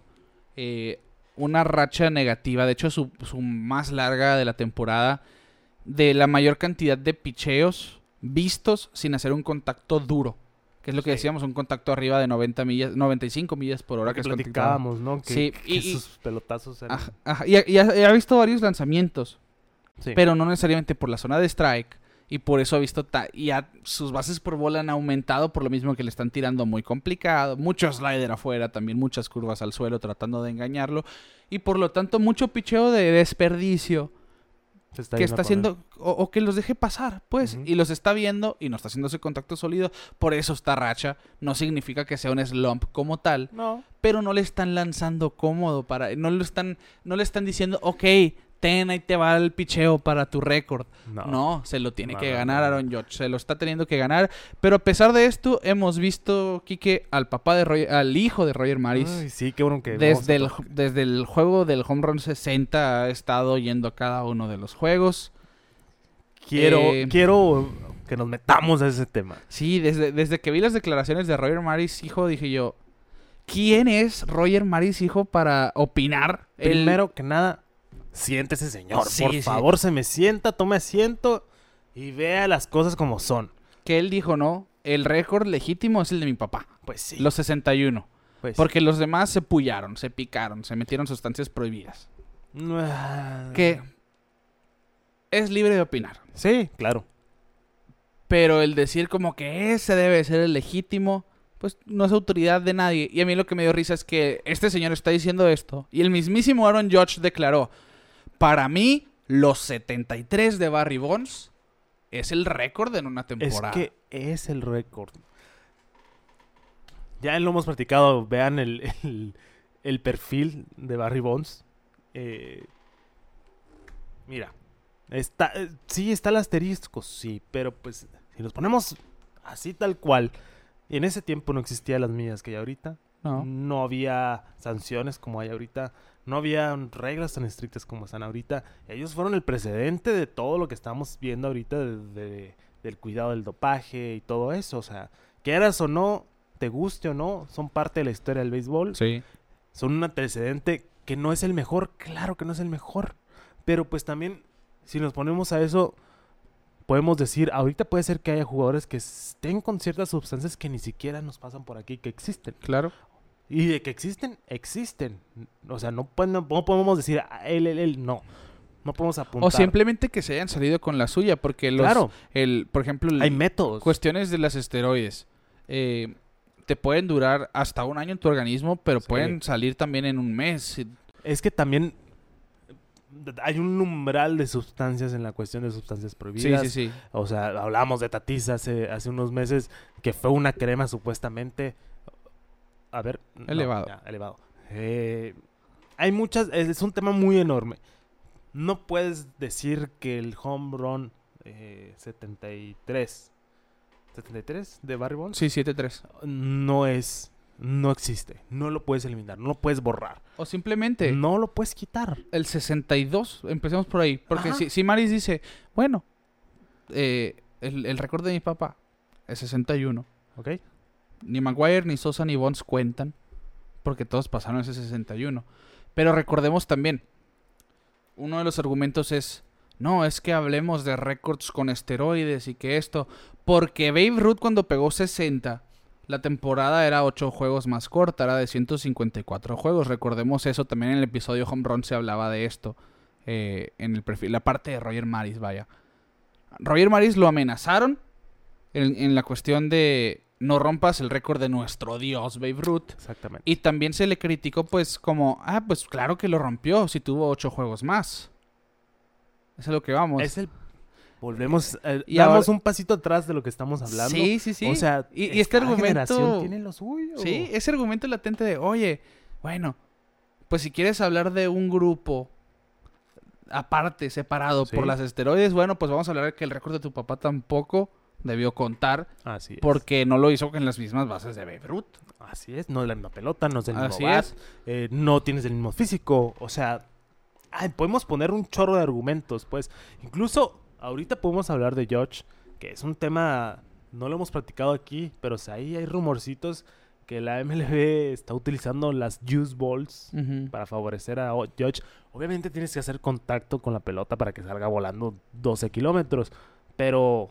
eh, una racha negativa, de hecho su, su más larga de la temporada, de la mayor cantidad de picheos vistos sin hacer un contacto duro. Que es lo que Sí. decíamos, un contacto arriba de noventa millas, noventa y cinco millas por hora. que Que es contactado. platicábamos, ¿no? Que, Sí, que y- y- sus pelotazos eran... Ajá, ajá, Y, ha- y ha, y ha visto varios lanzamientos, Sí. pero no necesariamente por la zona de strike. Y por eso ha visto... ta- y ha- sus bases por bola han aumentado por lo mismo que le están tirando muy complicado. Mucho slider afuera, también muchas curvas al suelo tratando de engañarlo. Y por lo tanto mucho picheo de desperdicio Se que yendo está a poner. haciendo... O, o que los deje pasar, pues. Ujú. Y los está viendo y no está haciendo ese contacto sólido. Por eso está racha. No significa que sea un slump como tal. No. Pero no le están lanzando cómodo para... No, lo están, no le están diciendo, ok, ten, ahí te va el picheo para tu récord. No. No, se lo tiene No, que no, ganar no. Aaron Judge. Se lo está teniendo que ganar. Pero a pesar de esto, hemos visto, Quique, al papá de Roger, al hijo de Roger Maris. Ay, sí, qué bueno que... vamos desde, a el, tocar. desde el juego del Home Run sesenta ha estado yendo a cada uno de los juegos. Quiero, eh, quiero que nos metamos a ese tema. Sí, desde, desde que vi las declaraciones de Roger Maris, hijo, dije yo, ¿quién es Roger Maris, hijo, para opinar? El- Primero que nada, siéntese, señor. Sí, Por sí. favor, se me sienta, tome asiento y vea las cosas como son. que él dijo, no, el récord legítimo es el de mi papá, Pues sí. los sesenta y uno. pues, Porque los demás se pullaron, se picaron, se metieron sustancias prohibidas. Ah, Que es libre de opinar. Sí, claro. Pero el decir como que ese debe ser el legítimo, pues no es autoridad de nadie. Y a mí lo que me dio risa es que este señor está diciendo esto. Y el mismísimo Aaron Judge declaró, para mí, los setenta y tres de Barry Bonds es el récord en una Es temporada. que es el récord. Ya lo hemos platicado. Vean el, el, el perfil de Barry Bonds. Eh, mira. Está, eh, sí, está el asterisco, sí. Pero pues, si nos ponemos así tal cual. Y en ese tiempo no existían las millas que hay ahorita. No. No había sanciones como hay ahorita. No había reglas tan estrictas como están ahorita. Ellos fueron el precedente de todo lo que estamos viendo ahorita de, de- del cuidado del dopaje y todo eso. O sea, quieras o no, te guste o no, son parte de la historia del béisbol. Sí. son un antecedente que no es el mejor, claro que no es el mejor, pero pues también, si nos ponemos a eso, podemos decir, ahorita puede ser que haya jugadores que estén con ciertas sustancias que ni siquiera nos pasan por aquí, que existen. Claro. Y de que existen, existen. O sea, no, pueden, no podemos decir, ah, él, él, él, no. No podemos apuntar. O simplemente que se hayan salido con la suya, porque los, claro. el, por ejemplo, el, hay métodos. Cuestiones de los esteroides. Eh, te pueden durar hasta un año en tu organismo, pero Sí. pueden salir también en un mes. Es que también hay un umbral de sustancias en la cuestión de sustancias Sí, prohibidas. sí, sí. O sea, hablábamos de Tatis hace, hace unos meses, que fue una crema supuestamente... A ver... no, Elevado. ya, elevado. Eh, hay muchas... Es, es un tema muy enorme. No puedes decir que el home run eh, setenta y tres... ¿setenta y tres de Barry Bonds? Sí, siete tres. No es... No existe. No lo puedes eliminar. No lo puedes borrar. O simplemente No lo puedes quitar. el sesenta y dos. Empecemos por ahí. Porque Ajá. si, si Maris dice, bueno, eh, el, el récord de mi papá es sesenta y uno. ¿Ok? Ni Maguire, ni Sosa, ni Bonds cuentan. Porque todos pasaron ese sesenta y uno. Pero recordemos también, uno de los argumentos es, no, es que hablemos de récords con esteroides y que esto. Porque Babe Ruth cuando pegó sesenta, la temporada era ocho juegos más corta, era de ciento cincuenta y cuatro juegos. Recordemos eso, también en el episodio Home Run se hablaba de esto. Eh, en el perfil, la parte de Roger Maris, vaya. Roger Maris lo amenazaron en, en la cuestión de no rompas el récord de nuestro dios Babe Ruth. Exactamente. Y también se le criticó pues como, ah, pues claro que lo rompió si tuvo ocho juegos más. Eso es lo que vamos. Es el... Volvemos, eh, Y damos ahora- un pasito atrás de lo que estamos hablando. Sí, sí, sí. O sea, y, y este cada argumento... generación tiene lo suyo. Sí, ese argumento latente de, oye, bueno, pues si quieres hablar de un grupo aparte, separado Sí. por las esteroides, bueno, pues vamos a hablar de que el récord de tu papá tampoco debió contar Así es. porque no lo hizo con las mismas bases de Babe Ruth. Así es, no es la misma pelota, no es el mismo Así bat, es. eh, no tienes el mismo físico. O sea, ay, podemos poner un chorro de argumentos, pues. Incluso ahorita podemos hablar de Judge, que es un tema, no lo hemos practicado aquí, pero o sea, ahí hay rumorcitos que la M L B está utilizando las juice balls Ujú. para favorecer a O- Judge. Obviamente tienes que hacer contacto con la pelota para que salga volando doce kilómetros, pero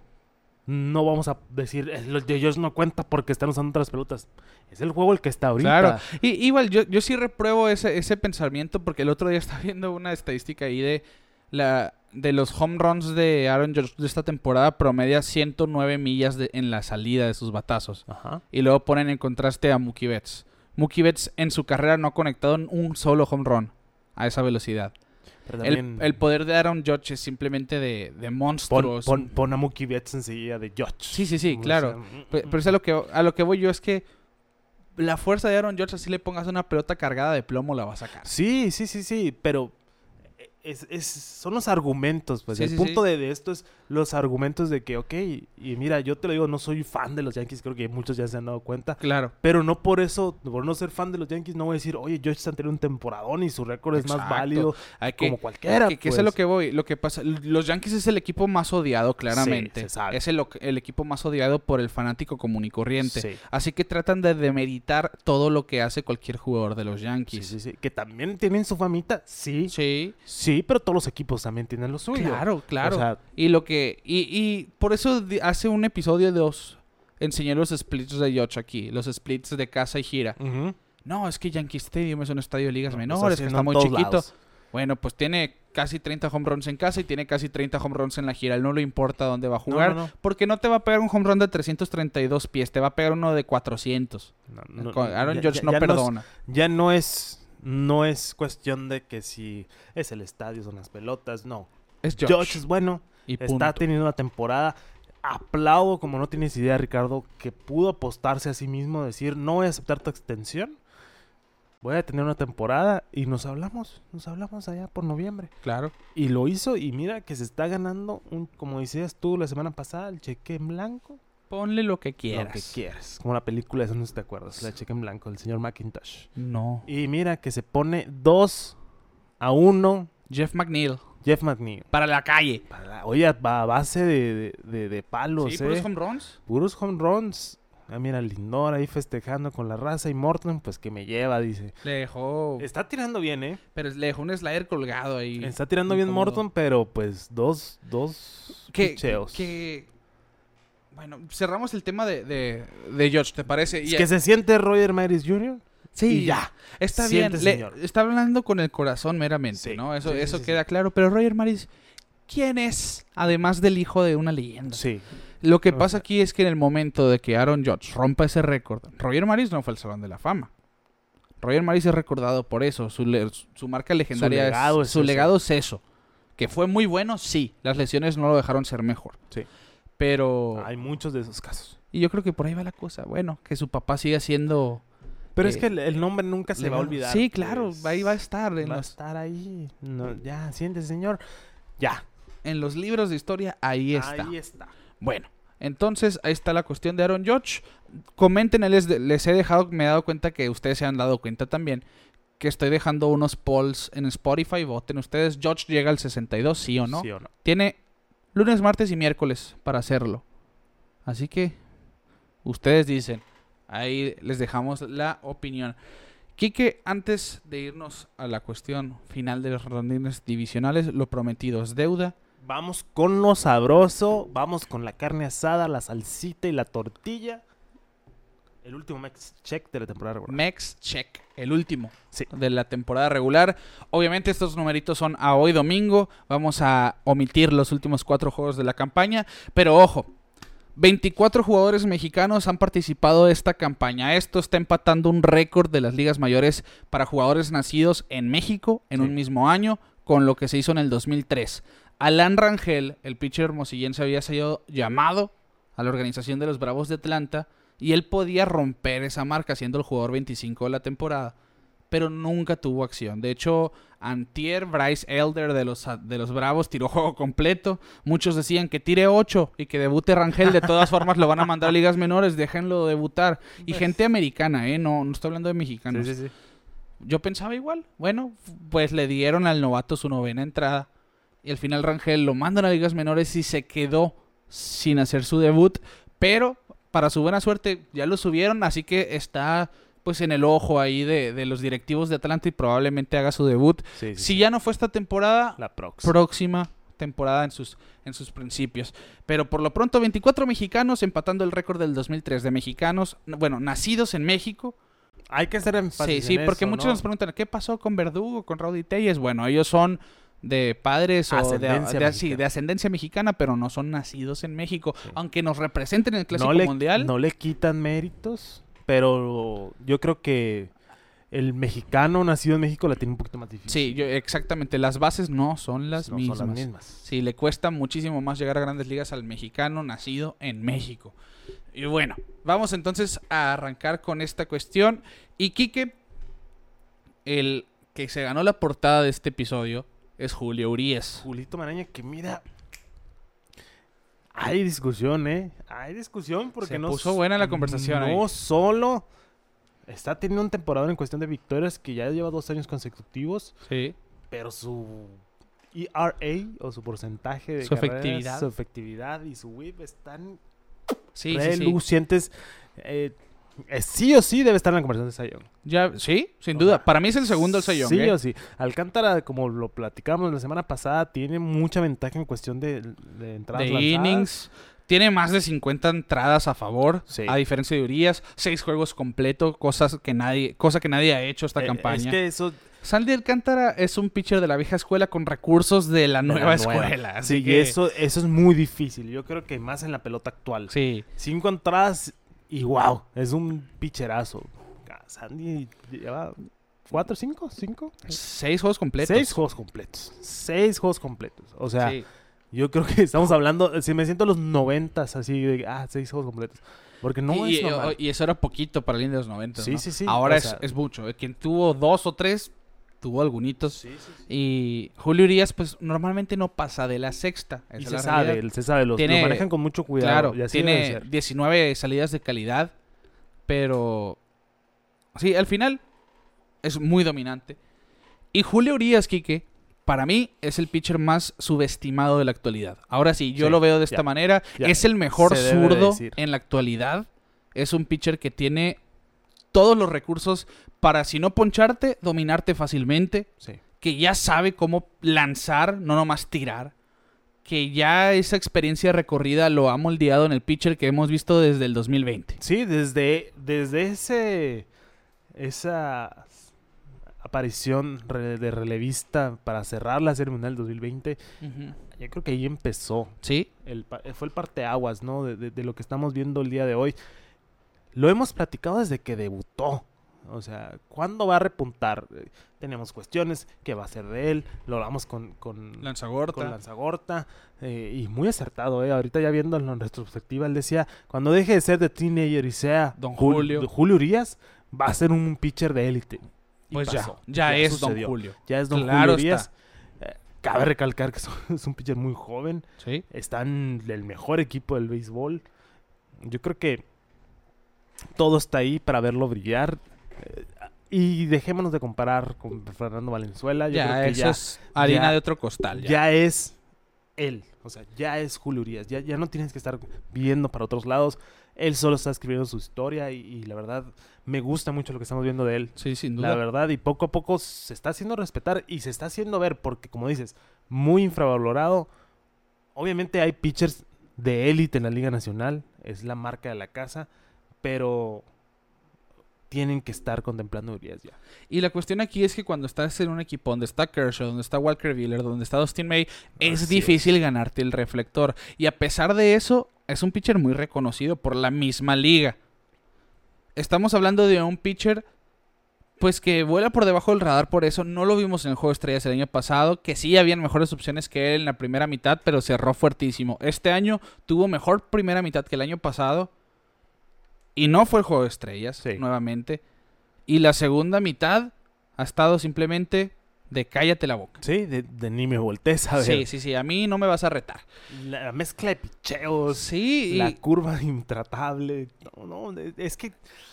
no vamos a decir, "Eh, los de Judge no cuenta porque están usando otras pelotas". Es el juego el que está ahorita. Claro. Y, igual, yo, yo sí repruebo ese, ese pensamiento porque el otro día estaba viendo una estadística ahí de la de los home runs de Aaron Judge de esta temporada. Promedia ciento nueve millas de, en la salida de sus batazos. Ajá. Y luego ponen en contraste a Mookie Betts. Mookie Betts en su carrera no ha conectado un solo home run a esa velocidad. Pero El, también el poder de Aaron Judge es simplemente de, de pon, monstruos. pon, pon a Mookie Betts enseguida de Judge. Sí, sí, sí, O claro. sea, mm, Pe- Pero es a lo que a lo que voy yo es que la fuerza de Aaron Judge, así le pongas una pelota cargada de plomo, la va a sacar. Sí, sí, sí, sí, pero es, es- son los argumentos, pues. Sí, el sí, punto sí. de, de esto es los argumentos de que, ok, y mira, yo te lo digo, no soy fan de los Yankees, creo que muchos ya se han dado cuenta, Claro. pero no por eso, por no ser fan de los Yankees, no voy a decir, oye, George Santana tiene un temporadón y su récord es más Exacto. válido Hay que, como cualquiera, que, que es pues. a lo que voy. Lo que pasa, los Yankees es el equipo más odiado, claramente. se sabe. Es el, el equipo más odiado por el fanático común y corriente. Sí. Así que tratan de demeritar todo lo que hace cualquier jugador de los Sí, Yankees. sí, sí, que también tienen su famita, sí, sí, Sí, pero todos los equipos también tienen lo suyo. claro, claro. O sea, y lo que y, y por eso di- hace un episodio de os enseñé los splits de Judge aquí, los splits de casa y gira. ujú. No, es que Yankee Stadium es un estadio de ligas No, pues menores, así que no está en muy todos chiquito. lados. Bueno, pues tiene casi treinta home runs en casa y tiene casi treinta home runs en la gira. Él no le importa dónde va a jugar, No, no, no. porque no te va a pegar un home run de trescientos treinta y dos pies, te va a pegar uno de cuatrocientos. No, no, Con- Aaron ya- Judge ya- no ya es- perdona. ya no es no es cuestión de que si es el estadio, son las pelotas, no. Es Judge, Judge. es bueno, y está punto. teniendo una temporada. Aplaudo, como no tienes idea, Ricardo, que pudo apostarse a sí mismo, decir, no voy a aceptar tu extensión, voy a tener una temporada y nos hablamos, nos hablamos allá por noviembre. Claro. Y lo hizo y mira que se está ganando, un, como decías tú la semana pasada, el cheque en blanco. Ponle lo que quieras. Lo que quieras. Como la película, eso no sé si te acuerdas, la cheque en blanco, el señor McIntosh. No. Y mira que se pone dos a uno Jeff McNeil. Jeff McNeil. Para la calle. Para la- oye, a a base de, de, de- de palos, Sí, ¿eh? puros home runs. Puros home runs. Ah, mira, Lindor ahí festejando con la raza y Morton, pues que me lleva, dice. Le dejó... Está tirando bien, ¿eh? Pero le dejó un slider colgado ahí. Está tirando bien Incómodo. Morton, pero pues dos, dos Que, picheos. que... Bueno, cerramos el tema de, de, de George, ¿te parece? Es Y- que se siente Roger Maris junior Sí, y ya. Está bien, Siente, le- señor. está hablando con el corazón meramente, Sí, ¿no? Eso, sí, sí, eso sí, queda sí. claro. Pero Roger Maris, ¿quién es? Además del hijo de una leyenda. Sí. Lo que O pasa sea- aquí es que en el momento de que Aaron Judge rompa ese récord, Roger Maris no fue al Salón de la Fama. Roger Maris es recordado por eso. Su, le- su marca legendaria legado es, es su eso. legado es eso. Que fue muy bueno, sí. Las lesiones no lo dejaron ser mejor. Sí. Pero... Hay muchos de esos casos. Y yo creo que por ahí va la cosa. Bueno, que su papá siga siendo... Pero Eh, es que el, el nombre nunca se va a legado. olvidar. Sí, claro, pues. ahí va a estar. En Va a los, estar ahí. No, ya, siéntese, señor. Ya. en los libros de historia, ahí está. Ahí está. Bueno, entonces ahí está la cuestión de Aaron Judge. Comenten, les, les he dejado, me he dado cuenta que ustedes se han dado cuenta también, que estoy dejando unos polls en Spotify. Voten ustedes. Judge llega al sesenta y dos, ¿sí o no? ¿Sí o no? Tiene lunes, martes y miércoles para hacerlo. Así que ustedes dicen. Ahí les dejamos la opinión. Quique, antes de irnos a la cuestión final de los rondines divisionales, lo prometido es deuda. Vamos con lo sabroso. Vamos con la carne asada, la salsita y la tortilla. El último max check de la temporada regular. Mex check, el último Sí. de la temporada regular. Obviamente estos numeritos son a hoy domingo. Vamos a omitir los últimos cuatro juegos de la campaña. Pero ojo, veinticuatro jugadores mexicanos han participado de esta campaña. Esto está empatando un récord de las ligas mayores para jugadores nacidos en México en Sí. un mismo año, con lo que se hizo en el dos mil tres. Alan Rangel, el pitcher hermosillense, había sido llamado a la organización de los Bravos de Atlanta y él podía romper esa marca siendo el jugador veinticinco de la temporada, pero nunca tuvo acción. De hecho, antier Bryce Elder de los, de los Bravos tiró juego completo. Muchos decían que tire ocho y que debute Rangel. De todas formas lo van a mandar a ligas menores, déjenlo debutar. Y Pues- gente americana, ¿eh? No, no estoy hablando de mexicanos. Sí, sí, sí. Yo pensaba igual. Bueno, pues le dieron al novato su novena entrada. Y al final Rangel lo mandan a ligas menores y se quedó sin hacer su debut. Pero para su buena suerte ya lo subieron, así que está pues en el ojo ahí de, de los directivos de Atlanta y probablemente haga su debut. Sí, sí, Si sí. ya no fue esta temporada, La próxima. próxima temporada en sus, en sus principios. Pero por lo pronto veinticuatro mexicanos empatando el récord del dos mil tres de mexicanos, bueno, nacidos en México. Hay que hacer énfasis Sí, sí, en porque eso, muchos ¿no? nos preguntan, ¿qué pasó con Verdugo, con Rowdy Tellez? Bueno, ellos son de padres o de, Ascendencia de- sí, mexicana. de ascendencia mexicana, pero no son nacidos en México. Sí. Aunque nos representen en el Clásico no le, Mundial. No le quitan méritos, pero yo creo que el mexicano nacido en México la tiene un poquito más difícil. Sí, yo- exactamente. Las bases no son las No mismas. son las mismas. Sí, le cuesta muchísimo más llegar a grandes ligas al mexicano nacido en México. Y bueno, vamos entonces a arrancar con esta cuestión. Y Quique, el que se ganó la portada de este episodio es Julio Urias. Julito Maraña, que mira, hay discusión, ¿eh? Hay discusión porque Se no... puso buena la conversación No ahí. solo está teniendo un temporada en cuestión de victorias que ya lleva dos años consecutivos, Sí. pero su E R A o su porcentaje de Su carreras, efectividad. su efectividad y su whip están Sí, sí, sí. relucientes. Eh, eh, sí o sí debe estar en la conversación de Cy Young. Ya, sí, sin O duda. sea, Para mí es el segundo el Cy Young, Sí ¿eh? o sí. Alcántara, como lo platicamos la semana pasada, tiene mucha ventaja en cuestión de, de entradas De lanzadas. innings. Tiene más de cincuenta entradas a favor, Sí. a diferencia de Urias. Seis juegos completos, cosas que nadie, cosa que nadie ha hecho esta Eh, campaña. Es que eso... Sandy Alcántara es un pitcher de la vieja escuela con recursos de la de nueva la nueva. escuela. Así Sí, que, y eso, eso es muy difícil. Yo creo que más en la pelota actual. Sí. Cinco entradas y wow, es un picherazo. Sandy lleva cuatro, cinco, cinco. Seis juegos completos. Seis juegos completos. Seis juegos completos. O sea, Sí. yo creo que estamos hablando, si me siento los noventas así de, ah, seis juegos completos. Porque no y, es y- normal. y eso era poquito para el Indio de los noventa. Sí, ¿no? sí, sí. Ahora O es, sea- es mucho. ¿eh? Quien tuvo dos o tres, tuvo algunitos. Sí, sí, sí. Y Julio Urias, pues normalmente no pasa de la sexta. Esa Y es se la sabe, realidad. él se sabe, los, Tiene- lo manejan con mucho cuidado. Claro, y así debe tiene ser. diecinueve salidas de calidad, pero sí, al final es muy dominante. Y Julio Urias, Quique, para mí es el pitcher más subestimado de la actualidad. Ahora sí, yo Sí, lo veo de esta ya, manera. ya. Es el mejor Se debe de zurdo decir. en la actualidad. es un pitcher que tiene todos los recursos para, si no poncharte, dominarte fácilmente. Sí. Que ya sabe cómo lanzar, no nomás tirar. Que ya esa experiencia recorrida lo ha moldeado en el pitcher que hemos visto desde el dos mil veinte. Sí, desde, desde ese esa aparición re- de relevista para cerrar la Serie Mundial dos mil veinte, Uh-huh. yo creo que ahí empezó. Sí. El, pa- fue el parteaguas, ¿no? De, de, de lo que estamos viendo el día de hoy. Lo hemos platicado desde que debutó. O sea, ¿cuándo va a repuntar? Eh, tenemos cuestiones, ¿qué va a hacer de él? Lo hablamos con, con, Lanzagorta. con Lanzagorta. Eh, y muy acertado, ¿eh? Ahorita ya viendo en retrospectiva, él decía, cuando deje de ser de teenager y sea Don Jul- Julio. Julio Urias, va a ser un pitcher de élite. Y Pues ya, pasó, ya, es sucedió. Don Julio. Ya es Don Claro Julio Urias. está. Eh, cabe recalcar que es un- es un pitcher muy joven. Sí. Está en el mejor equipo del béisbol. Yo creo que todo está ahí para verlo brillar. Eh, y dejémonos de comparar con Fernando Valenzuela. Yo Ya, creo que eso ya, es harina ya- de otro costal. Ya. ya es él. O sea, ya es Julio Urias. Ya, ya no tienes que estar viendo para otros lados. Él solo está escribiendo su historia y, y la verdad me gusta mucho lo que estamos viendo de él. Sí, sin duda. La verdad, y poco a poco se está haciendo respetar y se está haciendo ver, porque como dices, muy infravalorado. Obviamente hay pitchers de élite en la Liga Nacional, es la marca de la casa, pero tienen que estar contemplando a Urias ya. Y la cuestión aquí es que cuando estás en un equipo donde está Kershaw, donde está Walker Buehler, donde está Dustin May, es Así difícil ganarte el reflector. Y a pesar de eso, es un pitcher muy reconocido por la misma liga. Estamos hablando de un pitcher pues que vuela por debajo del radar, por eso no lo vimos en el Juego de Estrellas el año pasado, que sí habían mejores opciones que él en la primera mitad, pero cerró fuertísimo. Este año tuvo mejor primera mitad que el año pasado y no fue el Juego de Estrellas, Sí. nuevamente. Y la segunda mitad ha estado simplemente de cállate la boca. Sí, de, de ni me voltees a ver. Sí, sí, sí, a mí no me vas a retar. La mezcla de picheos, Sí, y- la curva intratable. No, no, es que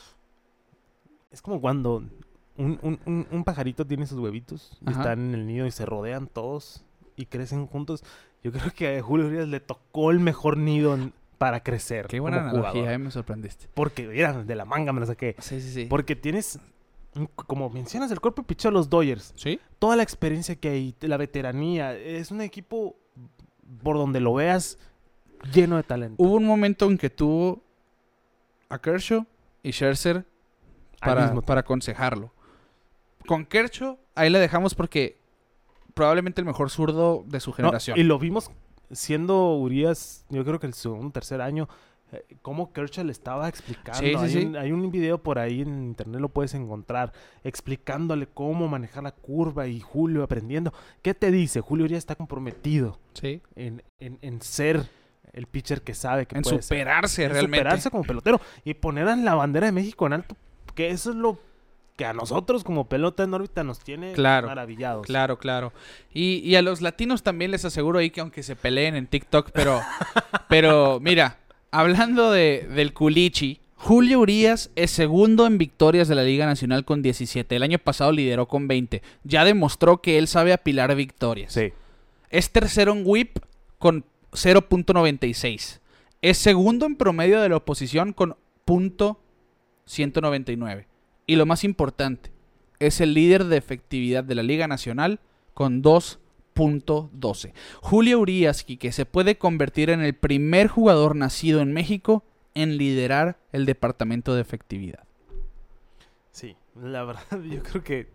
es como cuando un, un, un, un pajarito tiene sus huevitos y Ajá. están en el nido y se rodean todos y crecen juntos. Yo creo que a Julio Urias le tocó el mejor nido en- para crecer. qué buena como analogía, jugador. eh, me sorprendiste. Porque, mira, de la manga me la saqué. Sí, sí, sí. Porque tienes, un- como mencionas, el cuerpo de picheo de los Dodgers. ¿Sí? Toda la experiencia que hay, la veteranía. Es un equipo, por donde lo veas, lleno de talento. Hubo un momento en que tuvo a Kershaw y Scherzer Al para, mismo tiempo. para aconsejarlo. Con Kershaw, ahí le dejamos porque probablemente el mejor zurdo de su No, generación. y lo vimos siendo Urias, yo creo que el segundo tercer año, eh, cómo Kershaw le estaba explicando. Sí, sí, hay, sí. Un, hay un video por ahí en internet, lo puedes encontrar, explicándole cómo manejar la curva y Julio aprendiendo. ¿Qué te dice? Julio Urias está comprometido Sí. en, en, en ser el pitcher que sabe que En puede ser. superarse En realmente. superarse como pelotero y poner a la bandera de México en alto, que eso es lo que a nosotros como pelota en órbita nos tiene Claro, maravillados. Claro, claro. Y, y a los latinos también les aseguro ahí que aunque se peleen en TikTok, pero, pero mira, hablando de, del culichi, Julio Urias es segundo en victorias de la Liga Nacional con diecisiete. El año pasado lideró con veinte. Ya demostró que él sabe apilar victorias. Sí. Es tercero en whip con cero punto noventa y seis. Es segundo en promedio de la oposición con punto ciento noventa y nueve. Y lo más importante, es el líder de efectividad de la Liga Nacional con dos punto doce. Julio Urias, que se puede convertir en el primer jugador nacido en México en liderar el departamento de efectividad. Sí, la verdad yo creo que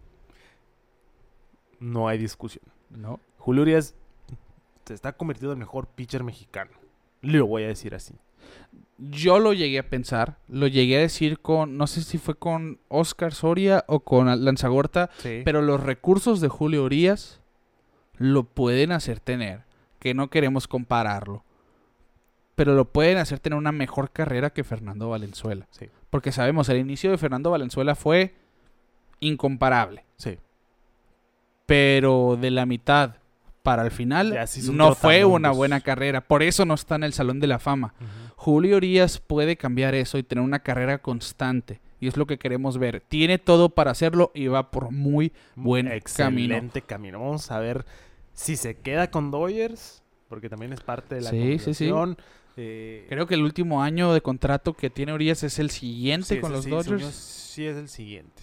no hay discusión. ¿No? Julio Urias se está convirtiendo en el mejor pitcher mexicano. Lo voy a decir así. Yo lo llegué a pensar, lo llegué a decir con, no sé si fue con Oscar Soria o con Lanzagorta, Sí. pero los recursos de Julio Urias lo pueden hacer tener, que no queremos compararlo, pero lo pueden hacer tener una mejor carrera que Fernando Valenzuela. Sí. Porque sabemos, el inicio de Fernando Valenzuela fue incomparable, Sí. pero de la mitad para el final Ya se hizo un no fue trotamundos. una buena carrera, por eso no está en el Salón de la Fama. Ujú. Julio Urias puede cambiar eso y tener una carrera constante. Y es lo que queremos ver. Tiene todo para hacerlo y va por muy buen camino. Excelente camino. Vamos a ver si se queda con Dodgers, porque también es parte de la Sí, sí, sí. conversación. Eh, Creo que el último año de contrato que tiene Urias es el siguiente sí, con ese los sí, Dodgers. según yo, sí es el siguiente.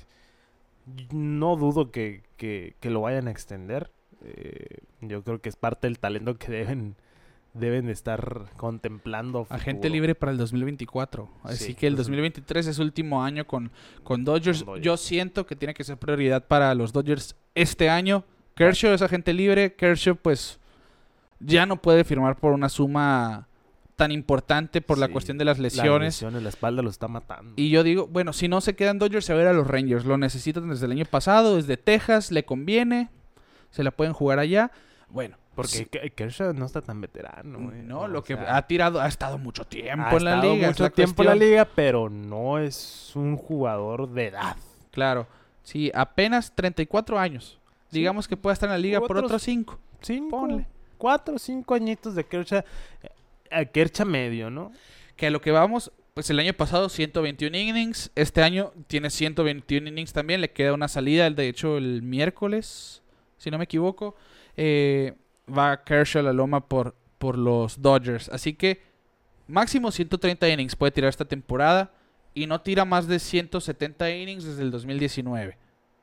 No dudo que, que, que lo vayan a extender. Eh, yo creo que es parte del talento que deben, deben estar contemplando. Agente futuro. libre para el dos mil veinticuatro. Así Sí, que el pues, dos mil veintitrés es último año con, con Dodgers. Con Dodgers. Yo siento que tiene que ser prioridad para los Dodgers este año. Kershaw es agente libre. Kershaw pues ya no puede firmar por una suma tan importante por la Sí, cuestión de las Las lesiones. lesiones, la espalda lo está matando. Y yo digo, bueno, si no se quedan Dodgers, se va a ir a los Rangers. Lo necesitan desde el año pasado, desde Texas, le conviene. Se la pueden jugar allá. Bueno, Porque sí. Ke- Kershaw no está tan veterano. güey. No, O lo que sea, ha tirado, ha estado mucho tiempo ha en la estado liga. es mucho la tiempo en la cuestión. liga, pero no es un jugador de edad. Claro, sí, apenas treinta y cuatro años. Sí. Digamos que puede estar en la liga por Otros- otros cinco. Cinco, Ponle. cuatro, cinco añitos de Kershaw. A Kershaw medio, ¿no? Que a lo que vamos, pues el año pasado ciento veintiún innings. Este año tiene ciento veintiún innings también. Le queda una salida, de hecho el miércoles, si no me equivoco. Eh, va Kershaw a la loma por, por los Dodgers. Así que máximo ciento treinta innings puede tirar esta temporada. Y no tira más de ciento setenta innings desde el dos mil diecinueve.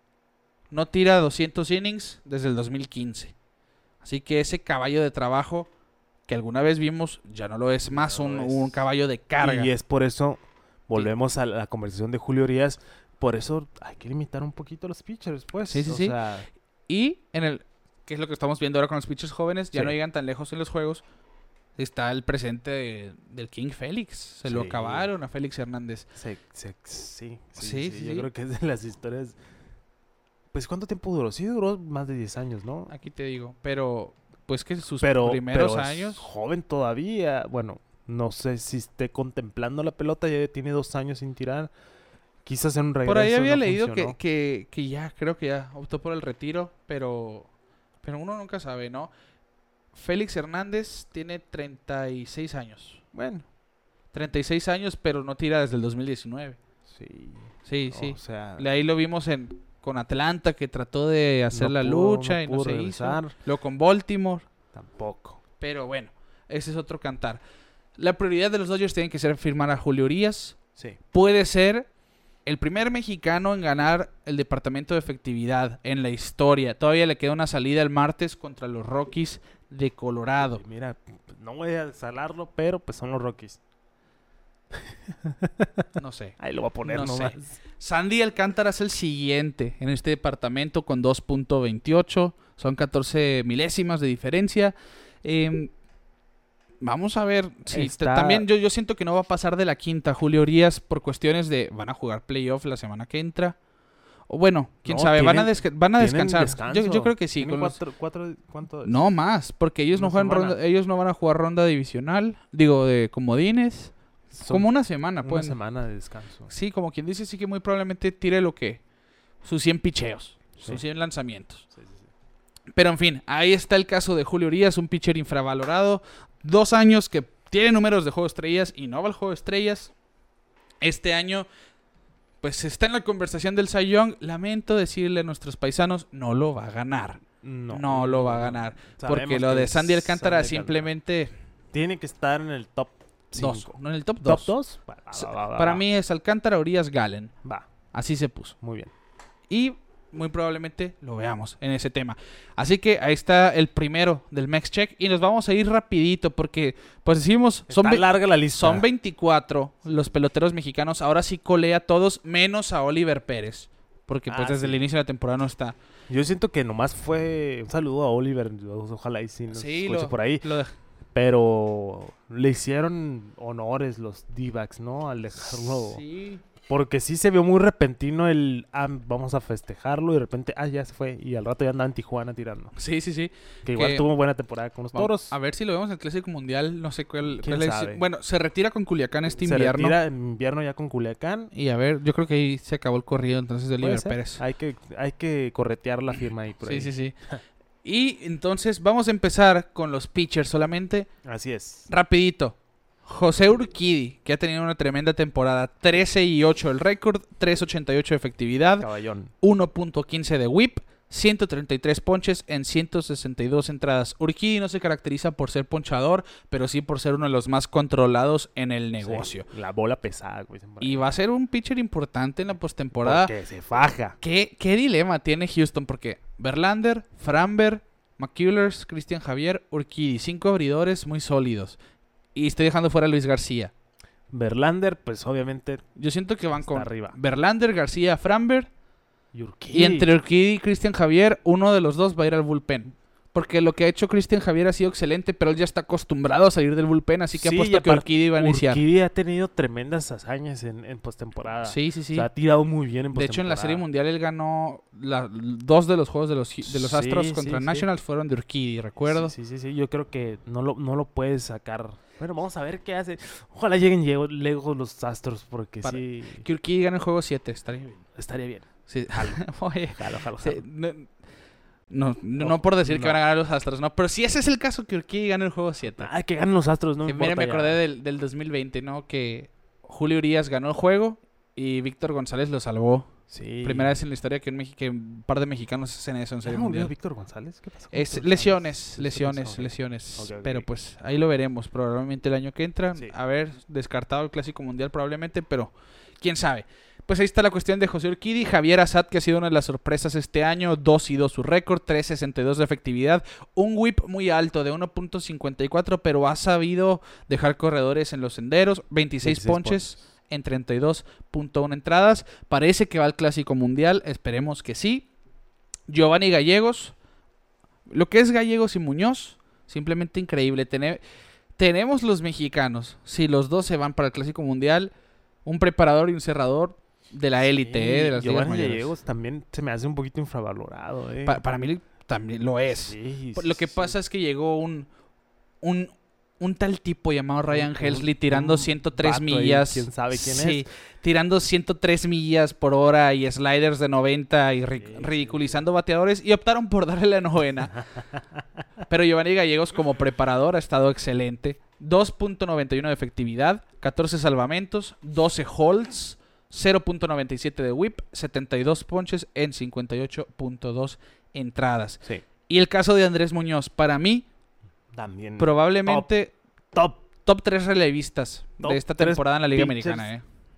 No tira doscientos innings desde el dos mil quince. Así que ese caballo de trabajo que alguna vez vimos ya no lo es más No un, es. un caballo de carga. Y es por eso, volvemos a la conversación de Julio Urias, por eso hay que limitar un poquito los pitchers, pues. Sí, sí, o sí. sea, Y en el, que es lo que estamos viendo ahora con los pitchers jóvenes, ya Sí. no llegan tan lejos en los juegos. Está el presente de- del King Félix. Se lo Sí. acabaron a Félix Hernández. se- se- sí, sí, Sí, sí, sí, yo sí. creo que es de las historias. Pues, ¿cuánto tiempo duró? Sí, duró más de diez años, ¿no? Aquí te digo. Pero, pues que sus Pero, primeros pero es años. joven todavía. Bueno, no sé si esté contemplando la pelota, ya tiene dos años sin tirar. Quiso hacer un regreso. Por ahí había no leído que, funcionó. que, que ya, creo que ya optó por el retiro. Pero, pero uno nunca sabe, ¿no? Félix Hernández tiene treinta y seis años. Bueno, treinta y seis años, pero no tira desde el dos mil diecinueve. sí. Sí, sí. O sea, Le- Ahí lo vimos en con Atlanta, que trató de hacer no la pudo- lucha y no pudo se regresar, hizo. Luego con Baltimore. Tampoco. Pero bueno, ese es otro cantar. La prioridad de los Dodgers tiene que ser firmar a Julio Urias. Sí. Puede ser el primer mexicano en ganar el departamento de efectividad en la historia. Todavía le queda una salida el martes contra los Rockies de Colorado. Y mira, no voy a salarlo, pero pues son los Rockies. No sé. Ahí lo voy a poner No nomás. sé. Sandy Alcántara es el siguiente en este departamento con dos punto veintiocho. Son catorce milésimas de diferencia. Eh, vamos a ver. Si Está- también yo, yo siento que no va a pasar de la quinta Julio Urias por cuestiones de van a jugar playoff la semana que entra. O bueno, quién No, sabe, van a, tienen- desca- van a Tienen descansar. Yo, descanso. yo creo que sí. Tienen con los- cuatro, cuatro- ¿cuánto? No más, porque ellos no Una juegan semana. ronda, ellos no van a jugar ronda divisional, digo de comodines, Son como una semana, una pueden. semana de descanso. Sí, como quien dice, sí que muy probablemente tire lo que sus cien picheos, Sí. sus cien lanzamientos. Sí, sí, sí. Pero en fin, ahí está el caso de Julio Urias, un pitcher infravalorado, dos años que tiene números de juego de estrellas y no va al juego de estrellas. Este año pues está en la conversación del Cy Young. Lamento decirle a nuestros paisanos, no lo va a ganar. No, No, lo va a ganar. Sabemos Porque lo que de es Sandy Alcántara Sandy simplemente Tiene que estar en el top dos, cinco. no en el top ¿Top dos. dos? Va, va, va, va, Para va. mí es Alcántara, Urias, Gallen. Va, Así se puso. muy bien. Y muy probablemente lo veamos en ese tema. Así que ahí está el primero del Mex Check. Y nos vamos a ir rapidito porque, pues decimos, son, Está ve- larga la lista. son veinticuatro los peloteros mexicanos. Ahora sí colea a todos, menos a Oliver Pérez. Porque pues Ah, desde sí. el inicio de la temporada no está. Yo siento que nomás fue un saludo a Oliver. Ojalá y sí nos Sí, escuche lo, por ahí. lo de- Pero le hicieron honores los D-backs, ¿no? Al dejarlo. Sí. Porque sí se vio muy repentino el, ah, vamos a festejarlo y de repente, ah, ya se fue. Y al rato ya andaba en Tijuana tirando. Sí, sí, sí. Que igual Que- tuvo buena temporada con los Vamos Toros. a ver si lo vemos en el Clásico Mundial. No sé cuál. ¿Quién cuál es- sabe? Bueno, se retira con Culiacán este Se invierno. retira en invierno ya con Culiacán. Y a ver, yo creo que ahí se acabó el corrido entonces de Puede Oliver ser. Pérez. Hay que, hay que corretear la firma ahí por Sí, ahí. sí, sí. Y entonces vamos a empezar con los pitchers solamente. Así es. Rapidito. José Urquidy, que ha tenido una tremenda temporada. trece y ocho el récord, tres ochenta y ocho de efectividad, Caballón. uno punto quince de whip, ciento treinta y tres ponches en ciento sesenta y dos entradas. Urquidy no se caracteriza por ser ponchador, pero sí por ser uno de los más controlados en el negocio. Sí, la bola pesada, güey. Y va a ser un pitcher importante en la postemporada. Porque se faja. ¿Qué, qué dilema tiene Houston? Porque Verlander, Framber, McCullers, Cristian Javier, Urquidy, cinco abridores muy sólidos. Y estoy dejando fuera a Luis García. Verlander, pues obviamente. Yo siento que van está con arriba. Verlander, García, Framber. Y Urquidy. Y entre Urquidy y Cristian Javier, uno de los dos va a ir al bullpen. Porque lo que ha hecho Cristian Javier ha sido excelente, pero él ya está acostumbrado a salir del bullpen, así que Sí, apuesto y que aparte, Urquidy va a iniciar. Urquidy ha tenido tremendas hazañas en, en postemporada. Sí, sí, sí. O sea, ha tirado muy bien en De postemporada. hecho, en la Serie Mundial él ganó la- dos de los juegos de los, de los Sí, Astros sí, contra sí. Nationals fueron de Urquidy, recuerdo. Sí, sí, sí, sí, yo creo que no lo, no lo puedes sacar. Bueno, vamos a ver qué hace. Ojalá lleguen llego- lejos los Astros, porque Para- sí, Que Urquidy gane el juego siete, estaría bien. estaría bien. Sí. Jalo, Oye, jalo, jalo, sí, jalo. no, no, no, no por decir que no. van a ganar los Astros, no, pero si ese es el caso, que Urquidy gane el juego siete. Ay, que ganen los Astros, no me Que mira, importa me ya. acordé del, del dos mil veinte, ¿no? Que Julio Urias ganó el juego y Víctor González lo salvó. Sí. Primera vez en la historia que un, mexi- que un par de mexicanos hacen eso en ¿Ya Serie no volvió Mundial. Víctor González? ¿Qué pasó con Es Víctor lesiones, González? lesiones, Ok. lesiones. Ok, ok. Pero pues ahí lo veremos probablemente el año que entra. Sí. A ver, descartado el Clásico Mundial probablemente, pero quién sabe. Pues ahí está la cuestión de José Urquidy. Javier Assad, que ha sido una de las sorpresas este año, dos y dos su récord, tres sesenta y dos de efectividad, un whip muy alto de uno punto cincuenta y cuatro, pero ha sabido dejar corredores en los senderos, veintiséis, veintiséis ponches en treinta y dos punto uno entradas. Parece que va al Clásico Mundial, esperemos que sí. Giovanni Gallegos, lo que es Gallegos y Muñoz, simplemente increíble. Tene- tenemos los mexicanos, si los dos se van para el Clásico Mundial, un preparador y un cerrador de la élite, Sí, eh, de las ligas Giovanni mayores. Gallegos también se me hace un poquito infravalorado, eh. Pa- para mí también lo es. Sí, Lo que sí. pasa es que llegó un un, un tal tipo llamado Ryan Un- Helsley un- tirando un ciento tres vato ahí, millas. quién sabe quién Sí, es. tirando ciento tres millas por hora y sliders de noventa y ri- Sí, sí, ridiculizando bateadores, y optaron por darle la novena. Pero Giovanni Gallegos como preparador ha estado excelente. dos punto noventa y uno de efectividad, catorce salvamentos, doce holds, cero punto noventa y siete de whip, setenta y dos ponches en cincuenta y ocho punto dos entradas. Sí, Y el caso de Andrés Muñoz, para mí, también. probablemente top top tres relevistas Top de esta tres temporada en la Liga pitchers Americana. ¿eh?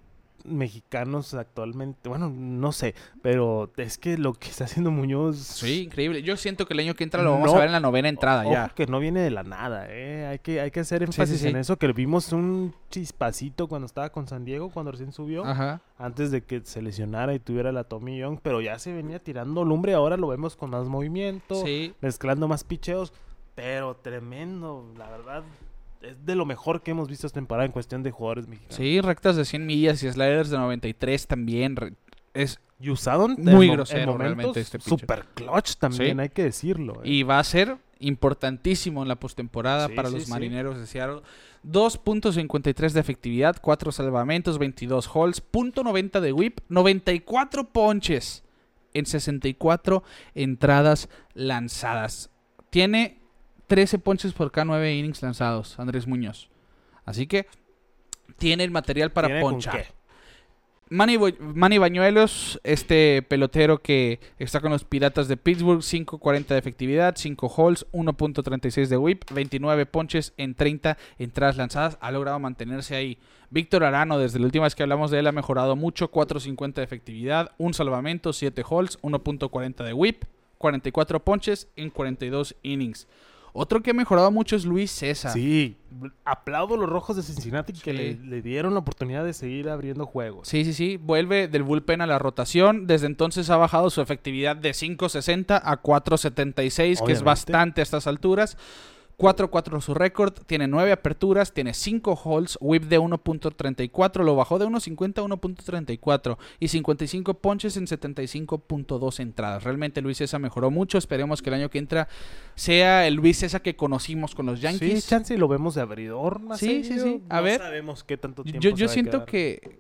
mexicanos actualmente. Bueno, no sé, pero es que lo que está haciendo Muñoz. Sí, increíble. Yo siento que el año que entra lo vamos No. a ver en la novena entrada Ojo ya. que no viene de la nada, ¿eh? Hay que, hay que hacer énfasis sí, en sí. eso, que vimos un chispacito cuando estaba con San Diego, cuando recién subió, Ajá. antes de que se lesionara y tuviera la Tommy Young, pero ya se venía tirando lumbre, ahora lo vemos con más movimiento, Sí. mezclando más picheos, pero tremendo, la verdad, es de lo mejor que hemos visto esta temporada en cuestión de jugadores mexicanos. Sí, rectas de cien millas y sliders de noventa y tres también. re- Es, Y usado en, Muy en mo- grosero en momentos realmente este pitcher. super clutch también, Sí. hay que decirlo. ¿eh? y va a ser importantísimo en la postemporada Sí, para sí, los sí. marineros de Seattle. dos punto cincuenta y tres de efectividad, cuatro salvamentos, veintidós holds, punto noventa de whip, noventa y cuatro ponches en sesenta y cuatro entradas lanzadas. Tiene trece ponches por cada nueve innings lanzados, Andrés Muñoz. Así que tiene el material para ¿Tiene con ponchar. qué? Manny, Bo- Manny Bañuelos, este pelotero que está con los Piratas de Pittsburgh, cinco cuarenta de efectividad, cinco holds, uno punto treinta y seis de whip, veintinueve ponches en treinta entradas lanzadas, ha logrado mantenerse ahí. Víctor Arano, desde la última vez que hablamos de él, ha mejorado mucho, cuatro cincuenta de efectividad, un salvamento, siete holds, uno punto cuarenta de whip, cuarenta y cuatro ponches en cuarenta y dos innings. Otro que ha mejorado mucho es Luis César. Sí, aplaudo a los Rojos de Cincinnati que Sí. le, le dieron la oportunidad de seguir abriendo juegos. Sí, sí, sí. Vuelve del bullpen a la rotación. Desde entonces ha bajado su efectividad de cinco sesenta a cuatro setenta y seis, que es Obviamente. bastante a estas alturas. cuatro cuatro su récord. Tiene nueve aperturas. Tiene cinco holds. Whip de uno punto treinta y cuatro. Lo bajó de uno cincuenta a uno punto treinta y cuatro. Y cincuenta y cinco ponches en setenta y cinco punto dos entradas. Realmente Luis César mejoró mucho. Esperemos que el año que entra sea el Luis César que conocimos con los Yankees. Sí, chance y lo vemos de abridor más Sí, sí, seguido. sí. A No ver. sabemos qué tanto tiempo Yo, se yo va a siento quedar. que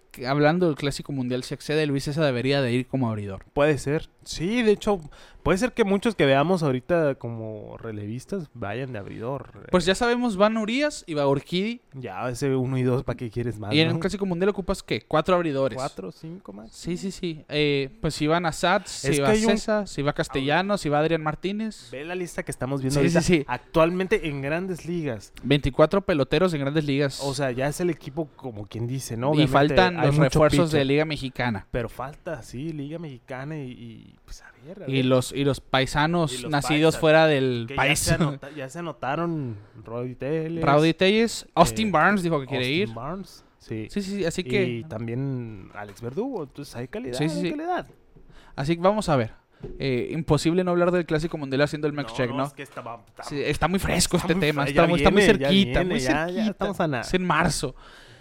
que, hablando del Clásico Mundial, si accede Luis César debería de ir como abridor. Puede ser. Sí, de hecho, puede ser que muchos que veamos ahorita como relevistas vayan de abridor. Pues ya sabemos, van Urias y va Urquidi. Ya, ese uno y dos, ¿para qué quieres más? Y en ¿no? un Clásico Mundial ocupas, ¿qué? Cuatro abridores. ¿Cuatro, cinco más? Sí, sí, sí. Eh, pues si van a Sats, si Es va que hay un- César, si va Castellanos, si va Adrián Martínez. Ve la lista que estamos viendo Sí, ahorita. sí, sí. Actualmente en grandes ligas. veinticuatro peloteros en Grandes Ligas. O sea, ya es el equipo como quien dice, ¿no? y Obviamente faltan hay los mucho refuerzos pitcher, de Liga Mexicana. Pero falta, sí, Liga Mexicana y, y, pues a ver, a Y ver. los, y los paisanos Y los nacidos paisas, fuera del Que país. Ya se, anota- ya se anotaron Rowdy Tellez. Rowdy Telles. Austin eh, Barnes dijo que quiere Austin ir. Barnes, sí. Sí, sí, sí. Así Y que, también Alex Verdugo. Entonces hay calidad, Sí, sí, hay sí. calidad. así que vamos a ver. Eh, imposible no hablar del Clásico Mundial haciendo el Max Check, ¿no? es que estaba- estaba- Sí, está muy fresco está este muy tema. fre- Está ya muy, está muy viene, ya cerquita, viene, muy ya- ya cerquita. estamos a nada. Es en marzo.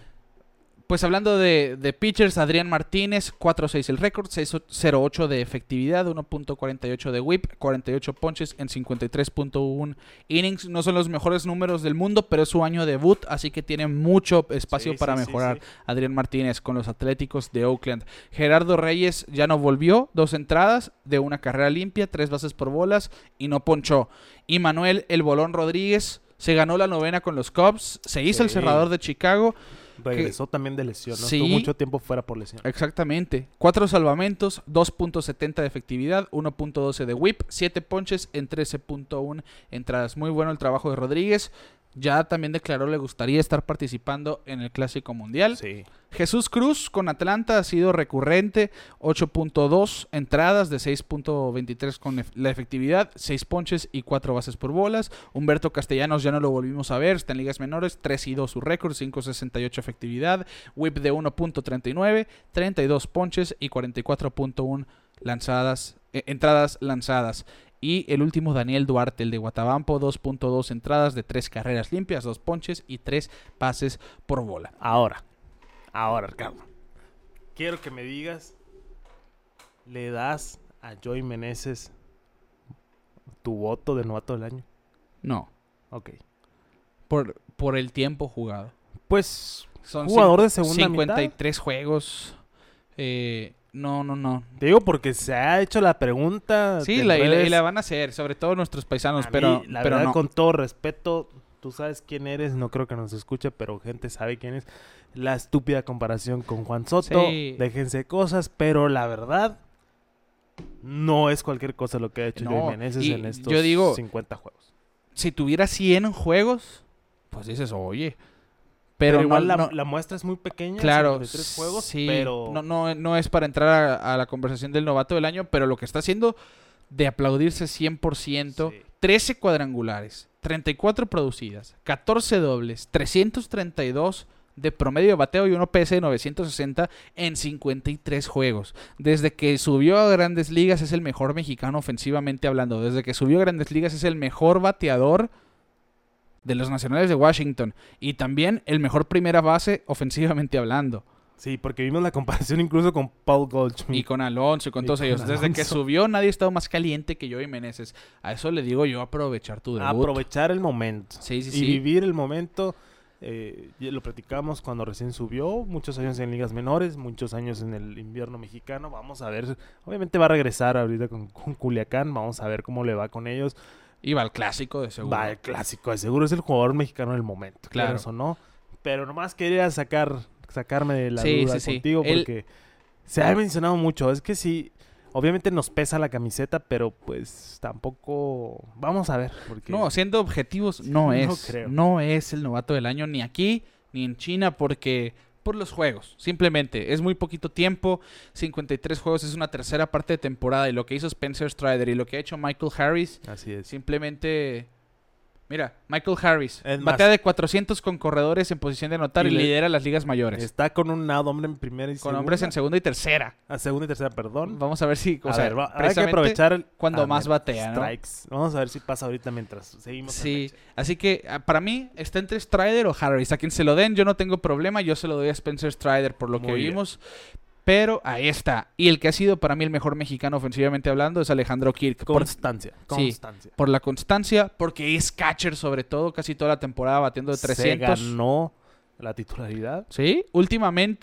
Pues hablando de, de pitchers, Adrián Martínez, cuatro seis el récord, seis cero ocho de efectividad, uno punto cuarenta y ocho de whip, cuarenta y ocho ponches en cincuenta y tres punto uno innings. No son los mejores números del mundo, pero es su año debut, así que tiene mucho espacio Sí, para sí, sí, mejorar sí. Adrián Martínez con los Atléticos de Oakland. Gerardo Reyes ya no volvió, dos entradas de una carrera limpia, tres bases por bolas y no ponchó. Y Manuel El Bolón Rodríguez se ganó la novena con los Cubs, se hizo el Sí. cerrador de Chicago. Regresó también de lesión, ¿no? Sí. Estuvo mucho tiempo fuera por lesión. Exactamente. Cuatro salvamentos, dos punto setenta de efectividad, uno punto doce de whip, siete ponches en trece punto uno entradas. Muy bueno el trabajo de Rodríguez. Ya también declaró le gustaría estar participando en el Clásico Mundial. Sí. Jesús Cruz con Atlanta ha sido recurrente, ocho punto dos entradas de seis punto veintitrés con ef- la efectividad, seis ponches y cuatro bases por bolas. Humberto Castellanos ya no lo volvimos a ver, está en ligas menores, tres y dos su récord, cinco punto sesenta y ocho efectividad, whip de uno punto treinta y nueve, treinta y dos ponches y cuarenta y cuatro punto uno lanzadas, eh, entradas lanzadas. Y el último, Daniel Duarte, el de Guatabampo, dos punto dos entradas de tres carreras limpias, dos ponches y tres pases por bola. Ahora, ahora, Ricardo. Quiero que me digas, ¿le das a Joey Meneses tu voto de novato del año? No, Ok. por, por el tiempo jugado. Pues, Son jugador cin- de segunda cincuenta y mitad. tres juegos. Eh, no, no, no. Te digo porque se ha hecho la pregunta. Sí, en la, y, la, y redes. la van a hacer, sobre todo nuestros paisanos, A pero, mí, la pero verdad, no. con todo respeto, tú sabes quién eres, no creo que nos escuche, pero gente sabe quién es. La estúpida comparación con Juan Soto, Sí. déjense cosas, pero la verdad, no es cualquier cosa lo que ha hecho No, Joey Meneses y en estos yo digo- cincuenta juegos. Si tuviera cien juegos, pues dices, oye. Pero, Pero, igual no, la, no- la muestra es muy pequeña, claro, cincuenta y tres juegos, sí, pero no, no, no es para entrar a, a la conversación del novato del año, pero lo que está haciendo de aplaudirse cien por ciento, Sí. trece cuadrangulares, treinta y cuatro producidas, catorce dobles, trescientos treinta y dos de promedio de bateo y un O P S de novecientos sesenta en cincuenta y tres juegos. Desde que subió a Grandes Ligas es el mejor mexicano ofensivamente hablando. Desde que subió a Grandes Ligas es el mejor bateador de los Nacionales de Washington y también el mejor primera base ofensivamente hablando. sí, porque vimos la comparación incluso con Paul Goldschmidt. Y con Alonso y con Y todos con ellos. Desde que Alonso. subió nadie ha estado más caliente que Joey Meneses. A eso le digo yo aprovechar tu debut. Aprovechar el momento. Sí, sí, y sí. vivir el momento. Eh, ya lo platicamos cuando recién subió, muchos años en ligas menores, muchos años en el invierno mexicano. Vamos a ver, obviamente va a regresar ahorita con, con Culiacán, vamos a ver cómo le va con ellos. Y va al clásico de seguro. Va el clásico, de seguro es el jugador mexicano del momento, Claro. claro, o no. Pero nomás quería sacar, sacarme de la Sí, duda sí, sí. contigo El- porque se ha mencionado mucho. Es que sí, obviamente nos pesa la camiseta, pero pues tampoco. Vamos a ver. Porque No, siendo objetivos, no, No es. creo. No es el novato del año ni aquí ni en China porque por los juegos. Simplemente es muy poquito tiempo. cincuenta y tres juegos es una tercera parte de temporada y lo que hizo Spencer Strider y lo que ha hecho Michael Harris así es. simplemente. Mira, Michael Harris Es más- batea de cuatrocientos con corredores en posición de anotar y, Y le- lidera las ligas mayores. Está con un nado hombre en primera y Con segunda. hombres en segunda y tercera. A segunda y tercera, perdón. Vamos a ver si. O a sea, ver, va- hay que precisamente aprovechar el- cuando a más ver, batea, ¿no? strikes. Vamos a ver si pasa ahorita mientras seguimos. en Sí, leche. así que ah, para mí está entre Strider o Harris. A quien se lo den, yo no tengo problema. Yo se lo doy a Spencer Strider por lo que Muy bien. vimos. Pero ahí está. Y el que ha sido para mí el mejor mexicano ofensivamente hablando es Alejandro Kirk. Por, Constancia. Sí. Constancia. por la constancia, porque es catcher sobre todo, casi toda la temporada batiendo de trescientos. Se ganó la titularidad. Sí, últimamente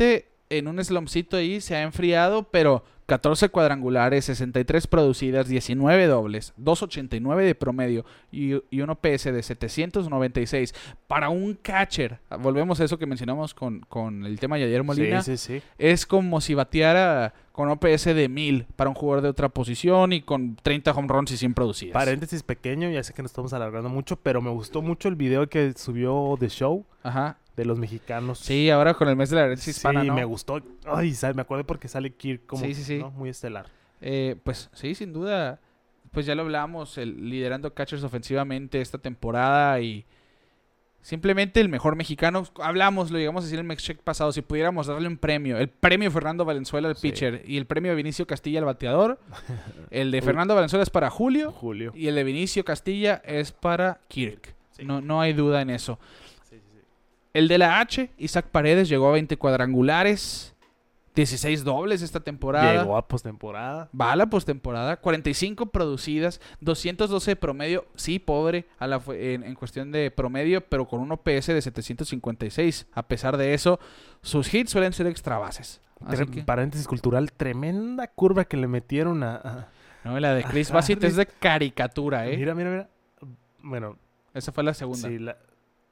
en un slumcito ahí, se ha enfriado, pero catorce cuadrangulares, sesenta y tres producidas, diecinueve dobles, dos ochenta y nueve de promedio y, y un O P S de setecientos noventa y seis. Para un catcher, volvemos a eso que mencionamos con, con el tema de Yadier Molina, Sí, sí, sí. es como si bateara con O P S de mil para un jugador de otra posición y con treinta home runs y cien producidas. Paréntesis pequeño, ya sé que nos estamos alargando mucho, pero me gustó mucho el video que subió The Show Ajá. de los mexicanos. Sí, ahora con el mes de la herencia hispana, Sí, ¿no? me gustó. Ay, ¿sabes? Me acuerdo porque sale Kirk como Sí, sí, sí. ¿no? muy estelar. Eh, pues sí, sin duda. Pues ya lo hablamos, el, liderando catchers ofensivamente esta temporada y simplemente el mejor mexicano. Hablamos, lo llegamos a decir en el Mex Check pasado, si pudiéramos darle un premio. El premio Fernando Valenzuela al Sí. pitcher y el premio Vinicio Castilla al bateador. El de Fernando Valenzuela es para Julio Julio. y el de Vinicio Castilla es para Kirk. Sí. No, no hay duda en eso. Sí, sí, sí. El de la H, Isaac Paredes, llegó a veinte cuadrangulares, dieciséis dobles esta temporada. Llegó a postemporada. Va a la postemporada, cuarenta y cinco producidas, doscientos doce de promedio, sí, pobre a la, en, en cuestión de promedio, pero con un O P S de setecientos cincuenta y seis. A pesar de eso, sus hits suelen ser extra bases. Así Tre- que, Paréntesis cultural, tremenda curva que le metieron a... a- no, la de Chris Ajá, Bassett es de caricatura, ¿eh? Mira, mira, mira. Bueno, Esa fue la segunda. sí, la...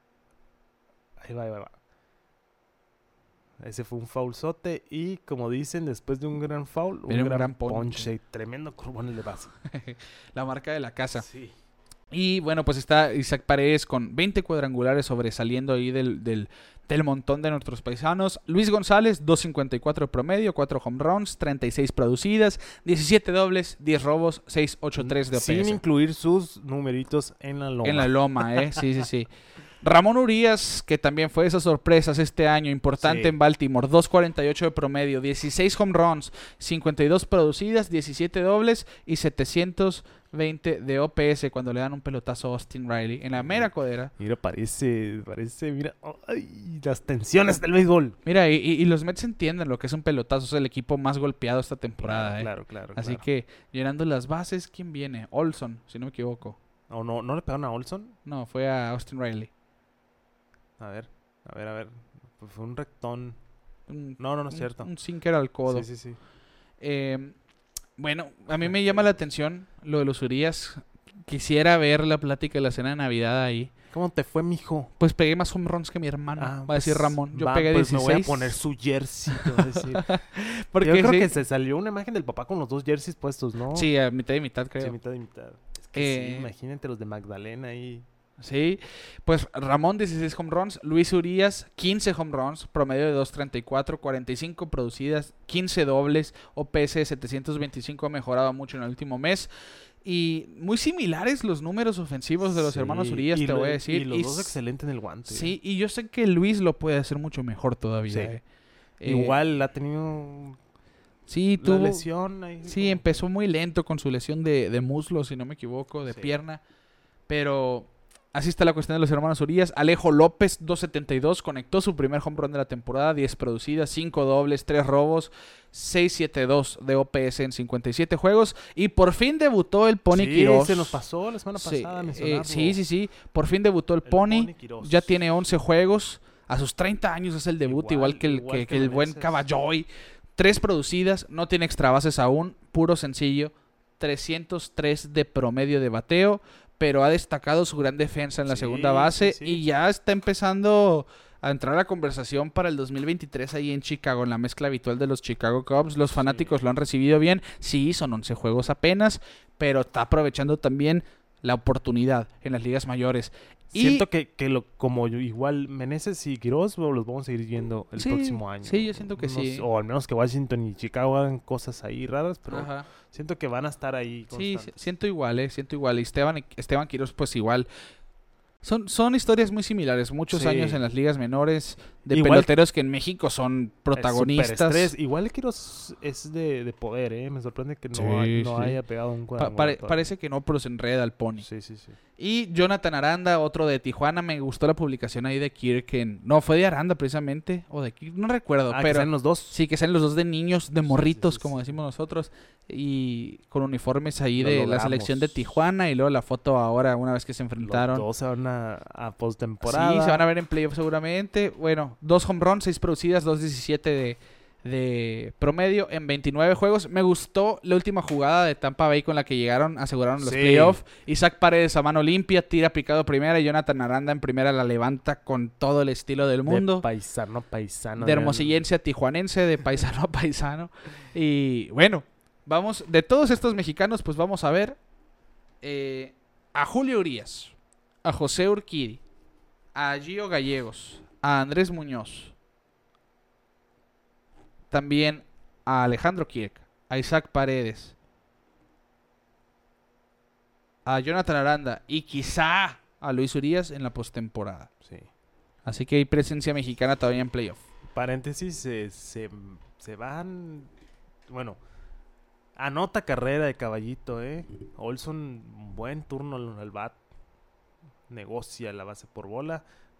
Ahí va, ahí va, ahí va. Ese fue un foulzote y, como dicen, después de un gran foul, un, Viene un gran, gran ponche. ponche. Tremendo curvón el de base. La marca de la casa. Sí. Y bueno, pues está Isaac Paredes con veinte cuadrangulares sobresaliendo ahí del, del, del montón de nuestros paisanos. Luis González, dos cincuenta y cuatro de promedio, cuatro home runs, treinta y seis producidas, diecisiete dobles, diez robos, seis ochenta y tres de O P S. Sin incluir sus numeritos en la loma. En la loma, ¿eh? Sí, sí, sí. Ramón Urias, que también fue de esas sorpresas este año, importante Sí. en Baltimore, dos cuarenta y ocho de promedio, dieciséis home runs, cincuenta y dos producidas, diecisiete dobles y setecientos veinte de O P S cuando le dan un pelotazo a Austin Riley en la mera codera. Mira, parece, parece, mira, ay, las tensiones del béisbol. Mira, y, y los Mets entienden lo que es un pelotazo, es el equipo más golpeado esta temporada, ¿eh? Claro, claro, Así claro. que, llenando las bases, ¿quién viene? Olson, si no me equivoco. ¿O no, no le pegaron a Olson? No, fue a Austin Riley. A ver, a ver, a ver. Pues fue un rectón. Un, No, no, no es un- cierto. Un sinker al codo. Sí, sí, sí. Eh, bueno, a mí me llama la atención lo de los Urias. Quisiera ver la plática de la cena de Navidad ahí. ¿Cómo te fue, mijo? Pues pegué más home runs que mi hermano, Ah, va a decir pues, Ramón. Yo va, pegué pues dieciséis. me voy a poner su jersey. te voy a decir. Porque Yo creo sí, que se salió una imagen del papá con los dos jerseys puestos, ¿no? sí, a mitad y mitad creo. Sí, mitad y mitad. Es que Eh, sí, imagínate los de Magdalena ahí. Sí, pues Ramón dieciséis home runs, Luis Urias quince home runs, promedio de dos treinta y cuatro, cuarenta y cinco producidas, quince dobles, O P S de setecientos veinticinco, ha mejorado mucho en el último mes. Y muy similares los números ofensivos de los Sí, hermanos Urias, y te lo- voy a decir. Y los Y dos s- excelentes en el guante. Sí, y yo sé que Luis lo puede hacer mucho mejor todavía. Sí. eh. Eh, Igual ha tenido sí, la tuvo, lesión ahí. sí, como- empezó muy lento con su lesión de, de muslo, si no me equivoco, de Sí. pierna. Pero así está la cuestión de los hermanos Urias. Alejo López, dos setenta y dos, conectó su primer home run de la temporada, diez producidas, cinco dobles, tres robos, seis setenta y dos de O P S en cincuenta y siete juegos. Y por fin debutó el Pony Sí, Quirós. se nos pasó la semana Sí, pasada eh, mencionarlo. sí, sí, sí. Por fin debutó el, El Pony. Pony Quirós. Ya tiene once juegos. A sus treinta años es el debut, igual, Igual- que el, igual que, que que el buen mereces. Caballoy. Tres producidas, no tiene extra bases aún, puro sencillo. trescientos tres de promedio de bateo, pero ha destacado su gran defensa en la Sí, segunda base sí, sí. y ya está empezando a entrar a la conversación para el dos mil veintitrés ahí en Chicago, en la mezcla habitual de los Chicago Cubs. Los fanáticos lo han recibido bien. Sí, son once juegos apenas, pero está aprovechando también la oportunidad en las ligas mayores. Y- Siento que, que lo, como yo- igual Meneses y Quirós lo- los vamos a seguir viendo el Sí, próximo año. sí, yo siento que No sí. sé, O al menos que Washington y Chicago hagan cosas ahí raras, pero Ajá. siento que van a estar ahí. Sí, si- constantes. siento igual, eh, siento igual. Y Esteban, Esteban Quiroz, pues igual. Son, son historias muy similares. Muchos Sí. años en las ligas menores de Igual- peloteros que en México son protagonistas. Superestrés. Igual Quirós es de, de poder, ¿eh? Me sorprende que no, Sí, hay- no sí. haya pegado un Pa- cuadrangular pare- todavía. parece que no, pero se enreda el Pony. Sí, sí, sí. Y Jonathan Aranda, otro de Tijuana. Me gustó la publicación ahí de Kirk. en- No, fue de Aranda precisamente. O de Kirk, no recuerdo. Ah, que pero sean los dos. sí, que sean los dos de niños, de Sí, morritos, sí, sí, como sí. decimos nosotros. Y con uniformes ahí Lo de la logramos. selección de Tijuana. Y luego la foto ahora, una vez que se enfrentaron. Los dos se van a, a postemporada. Sí, se van a ver en playoff seguramente. Bueno, dos home runs, seis producidas, dos diecisiete de, de promedio en veintinueve juegos. Me gustó la última jugada de Tampa Bay con la que llegaron, aseguraron los Sí. playoffs. Isaac Paredes a mano limpia, tira picado primera y Jonathan Aranda en primera la levanta con todo el estilo del mundo. De paisano, paisano. De hermosillense a tijuanense, de paisano a paisano. Y bueno, vamos, de todos estos mexicanos, pues vamos a ver eh, a Julio Urias, a José Urquidi, a Gio Gallegos, a Andrés Muñoz, también a Alejandro Kirk, a Isaac Paredes, a Jonathan Aranda y quizá a Luis Urias en la postemporada. Sí. Así que hay presencia mexicana todavía en playoff. Paréntesis, se, se, se van... Bueno, anota carrera de Caballito, ¿eh? Olson, buen turno al, al bat. Negocia la base por bola.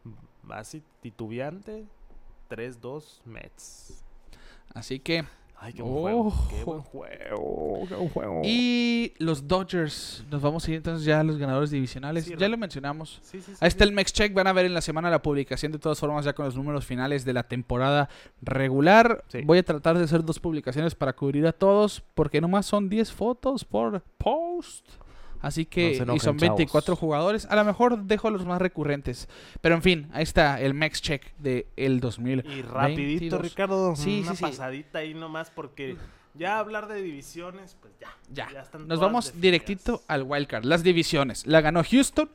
Base titubeante. tres dos Mets. Así que... Ay, qué buen juego. Oh. Qué buen juego. Qué buen juego. Y los Dodgers, nos vamos a ir entonces ya a los ganadores divisionales. Sí, ya Ra- lo mencionamos. Sí, sí, sí, Ahí está sí. el Mex Check. Van a ver en la semana la publicación de todas formas ya con los números finales de la temporada regular. Sí. Voy a tratar de hacer dos publicaciones para cubrir a todos porque nomás son diez fotos por post. Así No que se y enojen, son veinticuatro chavos. jugadores. A lo mejor dejo los más recurrentes. Pero en fin, ahí está el Mex Check de el dos mil Y rapidito, veintidós. Ricardo, Sí, una sí, sí. pasadita ahí nomás porque ya hablar de divisiones, pues ya. Ya, están nos todas vamos definidas. directito al wildcard. Las divisiones. La ganó Houston.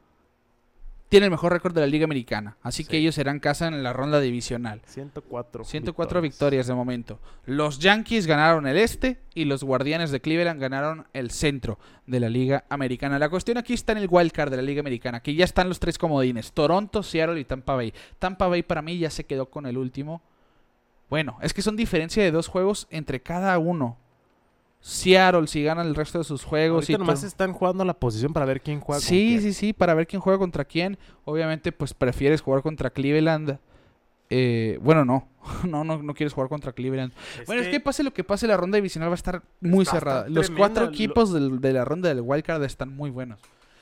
Tiene el mejor récord de la Liga Americana. Así Sí. que ellos serán casa en la ronda divisional. ciento cuatro. ciento cuatro victorias de momento. Los Yankees ganaron el este y los Guardianes de Cleveland ganaron el centro de la Liga Americana. La cuestión aquí está en el wildcard de la Liga Americana. Aquí ya están los tres comodines. Toronto, Seattle y Tampa Bay. Tampa Bay para mí ya se quedó con el último. Bueno, es que son diferencia de dos juegos entre cada uno. Seattle si gana el resto de sus juegos. Ahorita y nomás to- están jugando la posición para ver quién juega con Sí, quién. sí, sí, para ver quién juega contra quién. Obviamente, pues prefieres jugar contra Cleveland. Eh, bueno, no. no, no, no quieres jugar contra Cleveland. Es bueno, que- es que pase lo que pase, la ronda divisional va a estar muy Va a estar cerrada. Los tremenda, cuatro lo- equipos del- de la ronda del wildcard están muy buenos.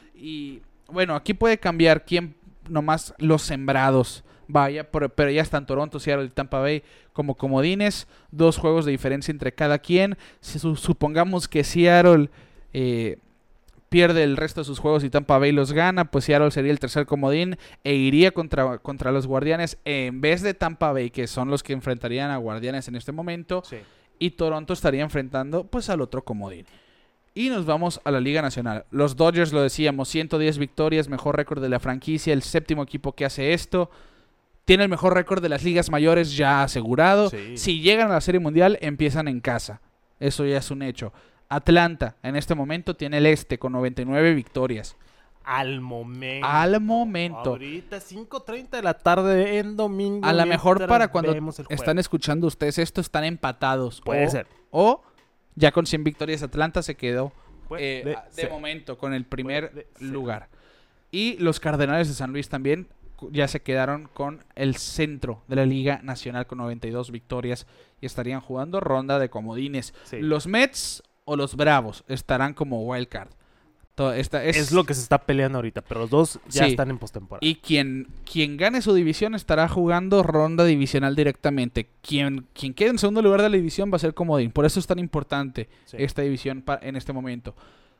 Y bueno, aquí puede cambiar quién nomás los sembrados. Vaya, por- pero ya están Toronto, Seattle y Tampa Bay como comodines. Dos juegos de diferencia entre cada quien. Si su- supongamos que Seattle eh, pierde el resto de sus juegos y Tampa Bay los gana, pues Seattle sería el tercer comodín e iría contra, contra los Guardianes en vez de Tampa Bay, que son los que enfrentarían a Guardianes en este momento. Sí. Y Toronto estaría enfrentando pues al otro comodín. Y nos vamos a la Liga Nacional. Los Dodgers, lo decíamos, ciento diez victorias, mejor récord de la franquicia, el séptimo equipo que hace esto. Tiene el mejor récord de las ligas mayores ya asegurado. Sí. Si llegan a la Serie Mundial, empiezan en casa. Eso ya es un hecho. Atlanta, en este momento, tiene el este con noventa y nueve victorias. Al momento. Al momento. Ahorita cinco treinta de la tarde en domingo. A lo mejor mientras para cuando vemos el juego. están escuchando ustedes esto, están empatados. Puede o, ser. O ya con cien victorias Atlanta se quedó Puede eh, de ser. momento con el primer Puede ser. lugar. Y los Cardenales de San Luis también cu- ya se quedaron con el centro de la Liga Nacional con noventa y dos victorias y estarían jugando ronda de comodines. Sí. Los Mets o los Bravos estarán como wildcard. To- esta es, Es lo que se está peleando ahorita, pero los dos ya Sí. están en postemporada. Y quien, quien gane su división estará jugando ronda divisional directamente. Quien, quien quede en segundo lugar de la división va a ser comodín. Por eso es tan importante Sí. esta división pa- en este momento.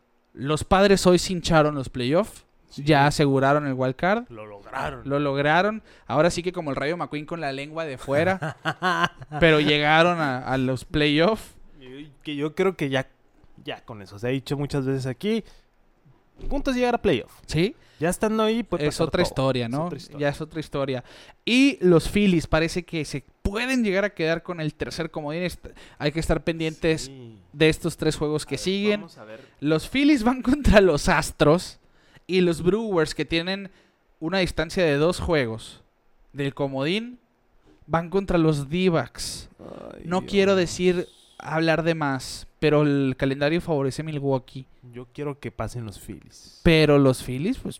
Los Padres hoy se hincharon los playoffs. Sí. Ya aseguraron el wild card. Lo lograron. Lo lograron. Ahora sí que como el Rayo McQueen con la lengua de fuera. Pero llegaron a, a los playoffs. Y- Que yo creo que ya, ya con eso se ha dicho muchas veces aquí. Punto es llegar a playoff. ¿Sí? Ya estando ahí, puede Es pasar otra todo. historia, Es ¿no? otra historia. Ya es otra historia. Y los Phillies parece que se pueden llegar a quedar con el tercer comodín. Est- Hay que estar pendientes Sí. de estos tres juegos que A ver, siguen. Vamos a ver. Los Phillies van contra los Astros y los Brewers, que tienen una distancia de dos juegos del comodín, van contra los D-backs. No Ay, quiero Dios. decir hablar de más, pero el calendario favorece a Milwaukee. Yo quiero que pasen los Phillies. Pero los Phillies, pues,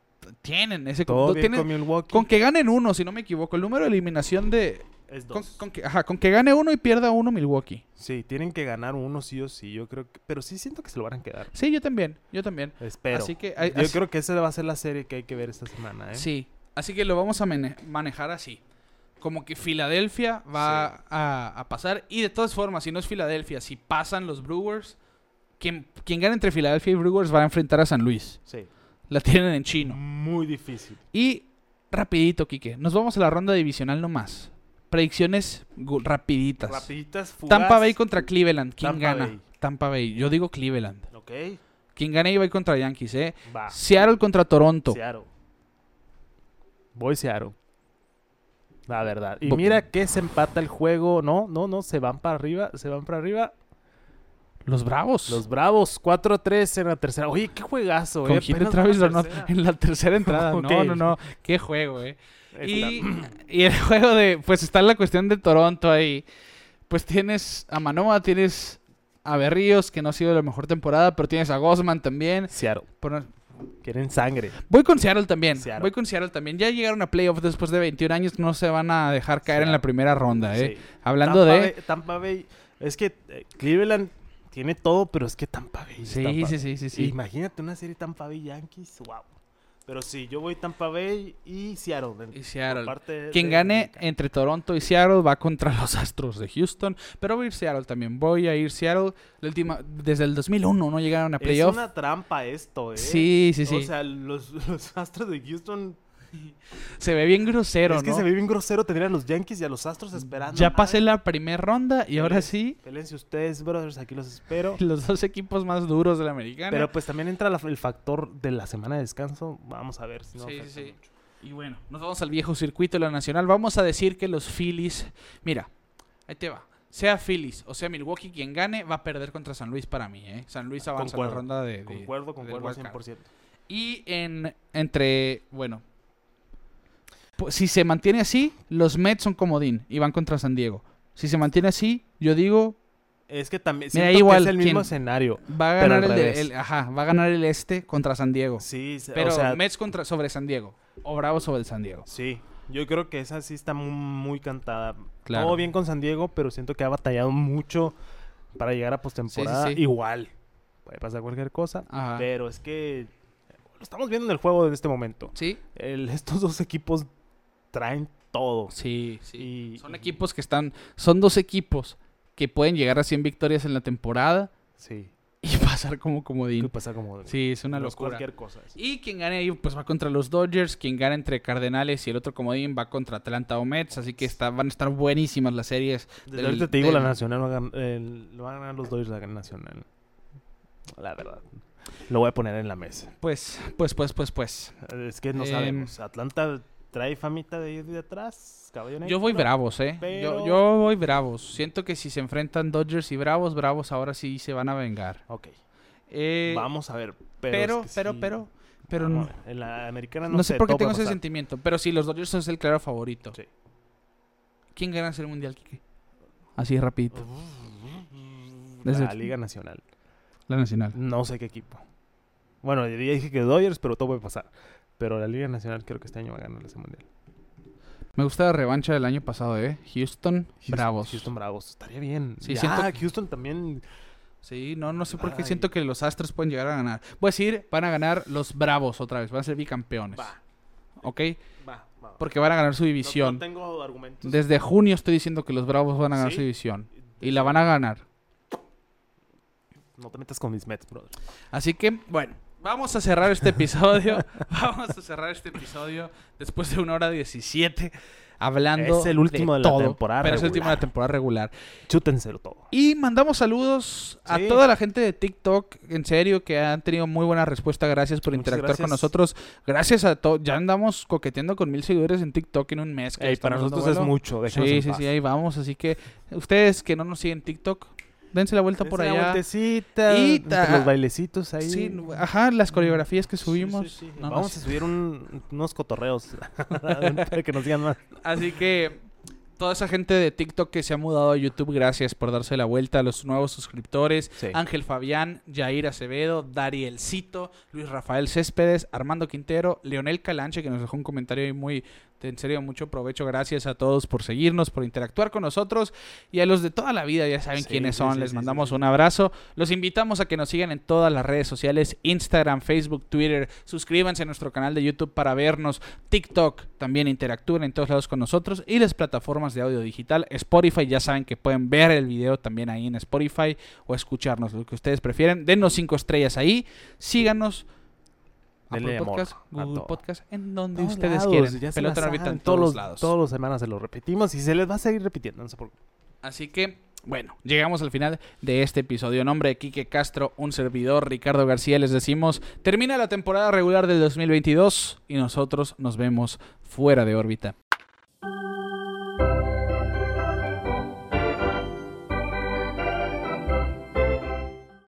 tienen ese... Todo bien tienen- con Milwaukee. con que ganen uno, si no me equivoco. El número de eliminación de... Es Con, dos. con que, ajá, con que gane uno y pierda uno Milwaukee. Sí, tienen que ganar uno sí o sí. Yo creo que... Pero sí siento que se lo van a quedar. Sí, yo también, yo también. Espero. Así que hay- Yo así- creo que esa va a ser la serie que hay que ver esta semana, ¿eh? Sí, así que lo vamos a mane- manejar así. como que Filadelfia va sí. a, a pasar. Y de todas formas, si no es Filadelfia, si pasan los Brewers, quien, quien gane entre Filadelfia y Brewers va a enfrentar a San Luis. Sí. La tienen en chino. Muy difícil. Y rapidito, Quique, nos vamos a la ronda divisional nomás. Predicciones rapiditas. Rapiditas, fugaz. Tampa Bay contra Cleveland. ¿Quién Tampa gana? Bay. Tampa Bay. Yo digo Cleveland. Ok. Quien gane iba a ir contra Yankees, ¿eh? Va. Seattle contra Toronto. Seattle. Voy Seattle. La verdad. Y Bo- mira que se empata el juego. No, no, no. Se van para arriba. Se van para arriba. Los Bravos. Los Bravos. cuatro a tres en la tercera. Oye, qué juegazo, Con eh. hit de Apenas Travis va la Darnold tercera. en la tercera entrada. Ok. No, no, no. Qué juego, ¿eh? Ahí Y, está. y el juego de... Pues está la cuestión de Toronto ahí. Pues tienes a Manoa, tienes a Berríos, que no ha sido la mejor temporada, pero tienes a Gosman también. Seattle. Por- Quieren sangre. Voy con Seattle también. Seattle. Voy con Seattle también. Ya llegaron a playoffs después de veintiún años. No se van a dejar caer en Seattle. la primera ronda, ¿eh? Sí. Hablando Tampa de... Bay- Tampa Bay. Es que eh, Cleveland tiene todo, pero es que Tampa Bay. es Sí, Tampa sí, Bay. sí, sí, sí. Imagínate una serie Tampa Bay Yankees. Wow. Pero sí, yo voy Tampa Bay y Seattle. en- Y Seattle. por parte Quien de gane América. entre Toronto y Seattle va contra los Astros de Houston. Pero voy a ir Seattle también. Voy a ir Seattle. La última, desde el dos mil uno no llegaron a Es playoff. una trampa esto, ¿eh? Sí, sí, sí. O sea, los, los Astros de Houston... Se ve bien grosero, es que ¿no? se ve bien grosero tener a los Yankees y a los Astros esperando. Ya pasé Ay, la primera ronda y ahora sí, Pélense ustedes, brothers, aquí los espero. los dos equipos más duros de la americana. Pero pues también entra la- el factor de la semana de descanso. Vamos a ver si no Sí, afecta sí, sí. mucho. Y bueno, nos vamos al viejo circuito de la nacional. Vamos a decir que los Phillies... Mira, ahí te va. Sea Phillies o sea Milwaukee, quien gane va a perder contra San Luis para mí, ¿eh? San Luis avanza a Concuerdo, la ronda de... de Concuerdo, del concuerdo wild cien card. por ciento. Y en entre, bueno, pues, si se mantiene así, los Mets son comodín y van contra San Diego. Si se mantiene así, yo digo, Es que también Mira, siento igual, que es el mismo ¿quién? escenario. va a Pero ganar al el, de- revés. el- ajá, va a ganar el este contra San Diego. Sí, se- Pero o sea, Mets contra sobre San Diego o Bravos sobre el San Diego. sí. Yo creo que esa sí está muy, muy cantada. Claro. Todo bien con San Diego, pero siento que ha batallado mucho para llegar a postemporada. Sí, sí, sí. Igual. Puede pasar cualquier cosa. Ajá. Pero es que lo estamos viendo en el juego de este momento. Sí, El- estos dos equipos traen todo. sí, sí. Y- Son equipos que están, son dos equipos que pueden llegar a cien victorias en la temporada Sí. y pasar como ¿Qué comodín. pasa como Sí, es una no locura. cualquier cosa. sí. Y quien gane ahí pues va contra los Dodgers, quien gane entre Cardenales y el otro comodín va contra Atlanta o Mets, así que está, van a estar buenísimas las series. Desde del- ahorita te digo, del- la Nacional va a gan- el- lo van a ganar los Dodgers la Nacional. La verdad. Lo voy a poner en la mesa. Pues, pues, pues, pues, pues. Es que no Em, sabemos. Atlanta trae famita de ir de atrás. Caballo Yo voy negro. Bravos, eh. pero- Yo, yo voy Bravos. Siento que si se enfrentan Dodgers y Bravos, Bravos ahora sí se van a vengar. Ok. Eh, Vamos a ver. Pero, pero, es que pero, sí. pero, pero Vamos no, a ver, en la americana no, no sé sé por qué todo tengo puede ese pasar. sentimiento. Pero sí, los Dodgers son el claro favorito. Sí. ¿Quién gana el mundial, Kike? Así rapidito. Desde- La Liga Nacional. La nacional. No sé qué equipo. Bueno, ya dije que Dodgers, pero todo puede pasar. Pero la Liga Nacional creo que este año va a ganar ese mundial. Me gusta la revancha del año pasado, eh. Houston, Houston- Bravos. Houston Bravos. Estaría bien. Sí, Ya, siento- Houston también. Sí, no, no sé por qué Ay. siento que los Astros pueden llegar a ganar. Voy a decir, van a ganar los Bravos otra vez, van a ser bicampeones. Va, ¿Ok? va, va. Porque van a ganar su No- división. No, tengo argumentos. Desde junio estoy diciendo que los Bravos van a ganar ¿Sí? su división. Y la van a ganar. No te metas con mis Mets, brother. Así que, bueno, vamos a cerrar este episodio. vamos a cerrar este episodio después de una hora diecisiete. Hablando Es el último de la todo, temporada Pero es el último de la regular. temporada regular. Chútenselo todo. Y mandamos saludos a Sí. toda la gente de TikTok, en serio, que han tenido muy buena respuesta. Gracias por Muchas interactuar con gracias. nosotros. Gracias a todos. Ya andamos coqueteando con mil seguidores en TikTok en un mes. que Ey, estamos para dando nosotros es vuelo. mucho. Déjenos Sí, en sí, paz. sí, ahí vamos. Así que ustedes que no nos siguen en TikTok, dense la vuelta por Dense la allá. vueltecita, Y entre ta- los bailecitos ahí. Sí, ajá, las coreografías que subimos. Sí, sí, sí. No, no, Vamos sí. a subir un- unos cotorreos para que nos digan más. Así que toda esa gente de TikTok que se ha mudado a YouTube, gracias por darse la vuelta. A los nuevos suscriptores, Sí. Ángel Fabián, Jair Acevedo, Darielcito, Luis Rafael Céspedes, Armando Quintero, Leonel Calanche, que nos dejó un comentario ahí muy, En serio, mucho provecho. Gracias a todos por seguirnos, por interactuar con nosotros. Y a los de toda la vida, ya saben Sí, quiénes sí, son. sí, Les sí, mandamos sí, sí. un abrazo. Los invitamos a que nos sigan en todas las redes sociales. Instagram, Facebook, Twitter. Suscríbanse a nuestro canal de YouTube para vernos. TikTok. También interactúen en todos lados con nosotros. Y las plataformas de audio digital. Spotify, ya saben que pueden ver el video también ahí en Spotify. O escucharnos, lo que ustedes prefieren. Denos cinco estrellas ahí. Síganos. Denle Apple amor Podcast, a Google todo. Podcast, en donde Todos ustedes lados, quieren. ya se Pelota la en órbita en saben, todos los, lados. Todas las semanas se lo repetimos y se les va a seguir repitiendo. No sé por qué. Así que, bueno, llegamos al final de este episodio. En nombre de Quique Castro, un servidor, Ricardo García, les decimos, termina la temporada regular del dos mil veintidós y nosotros nos vemos fuera de órbita.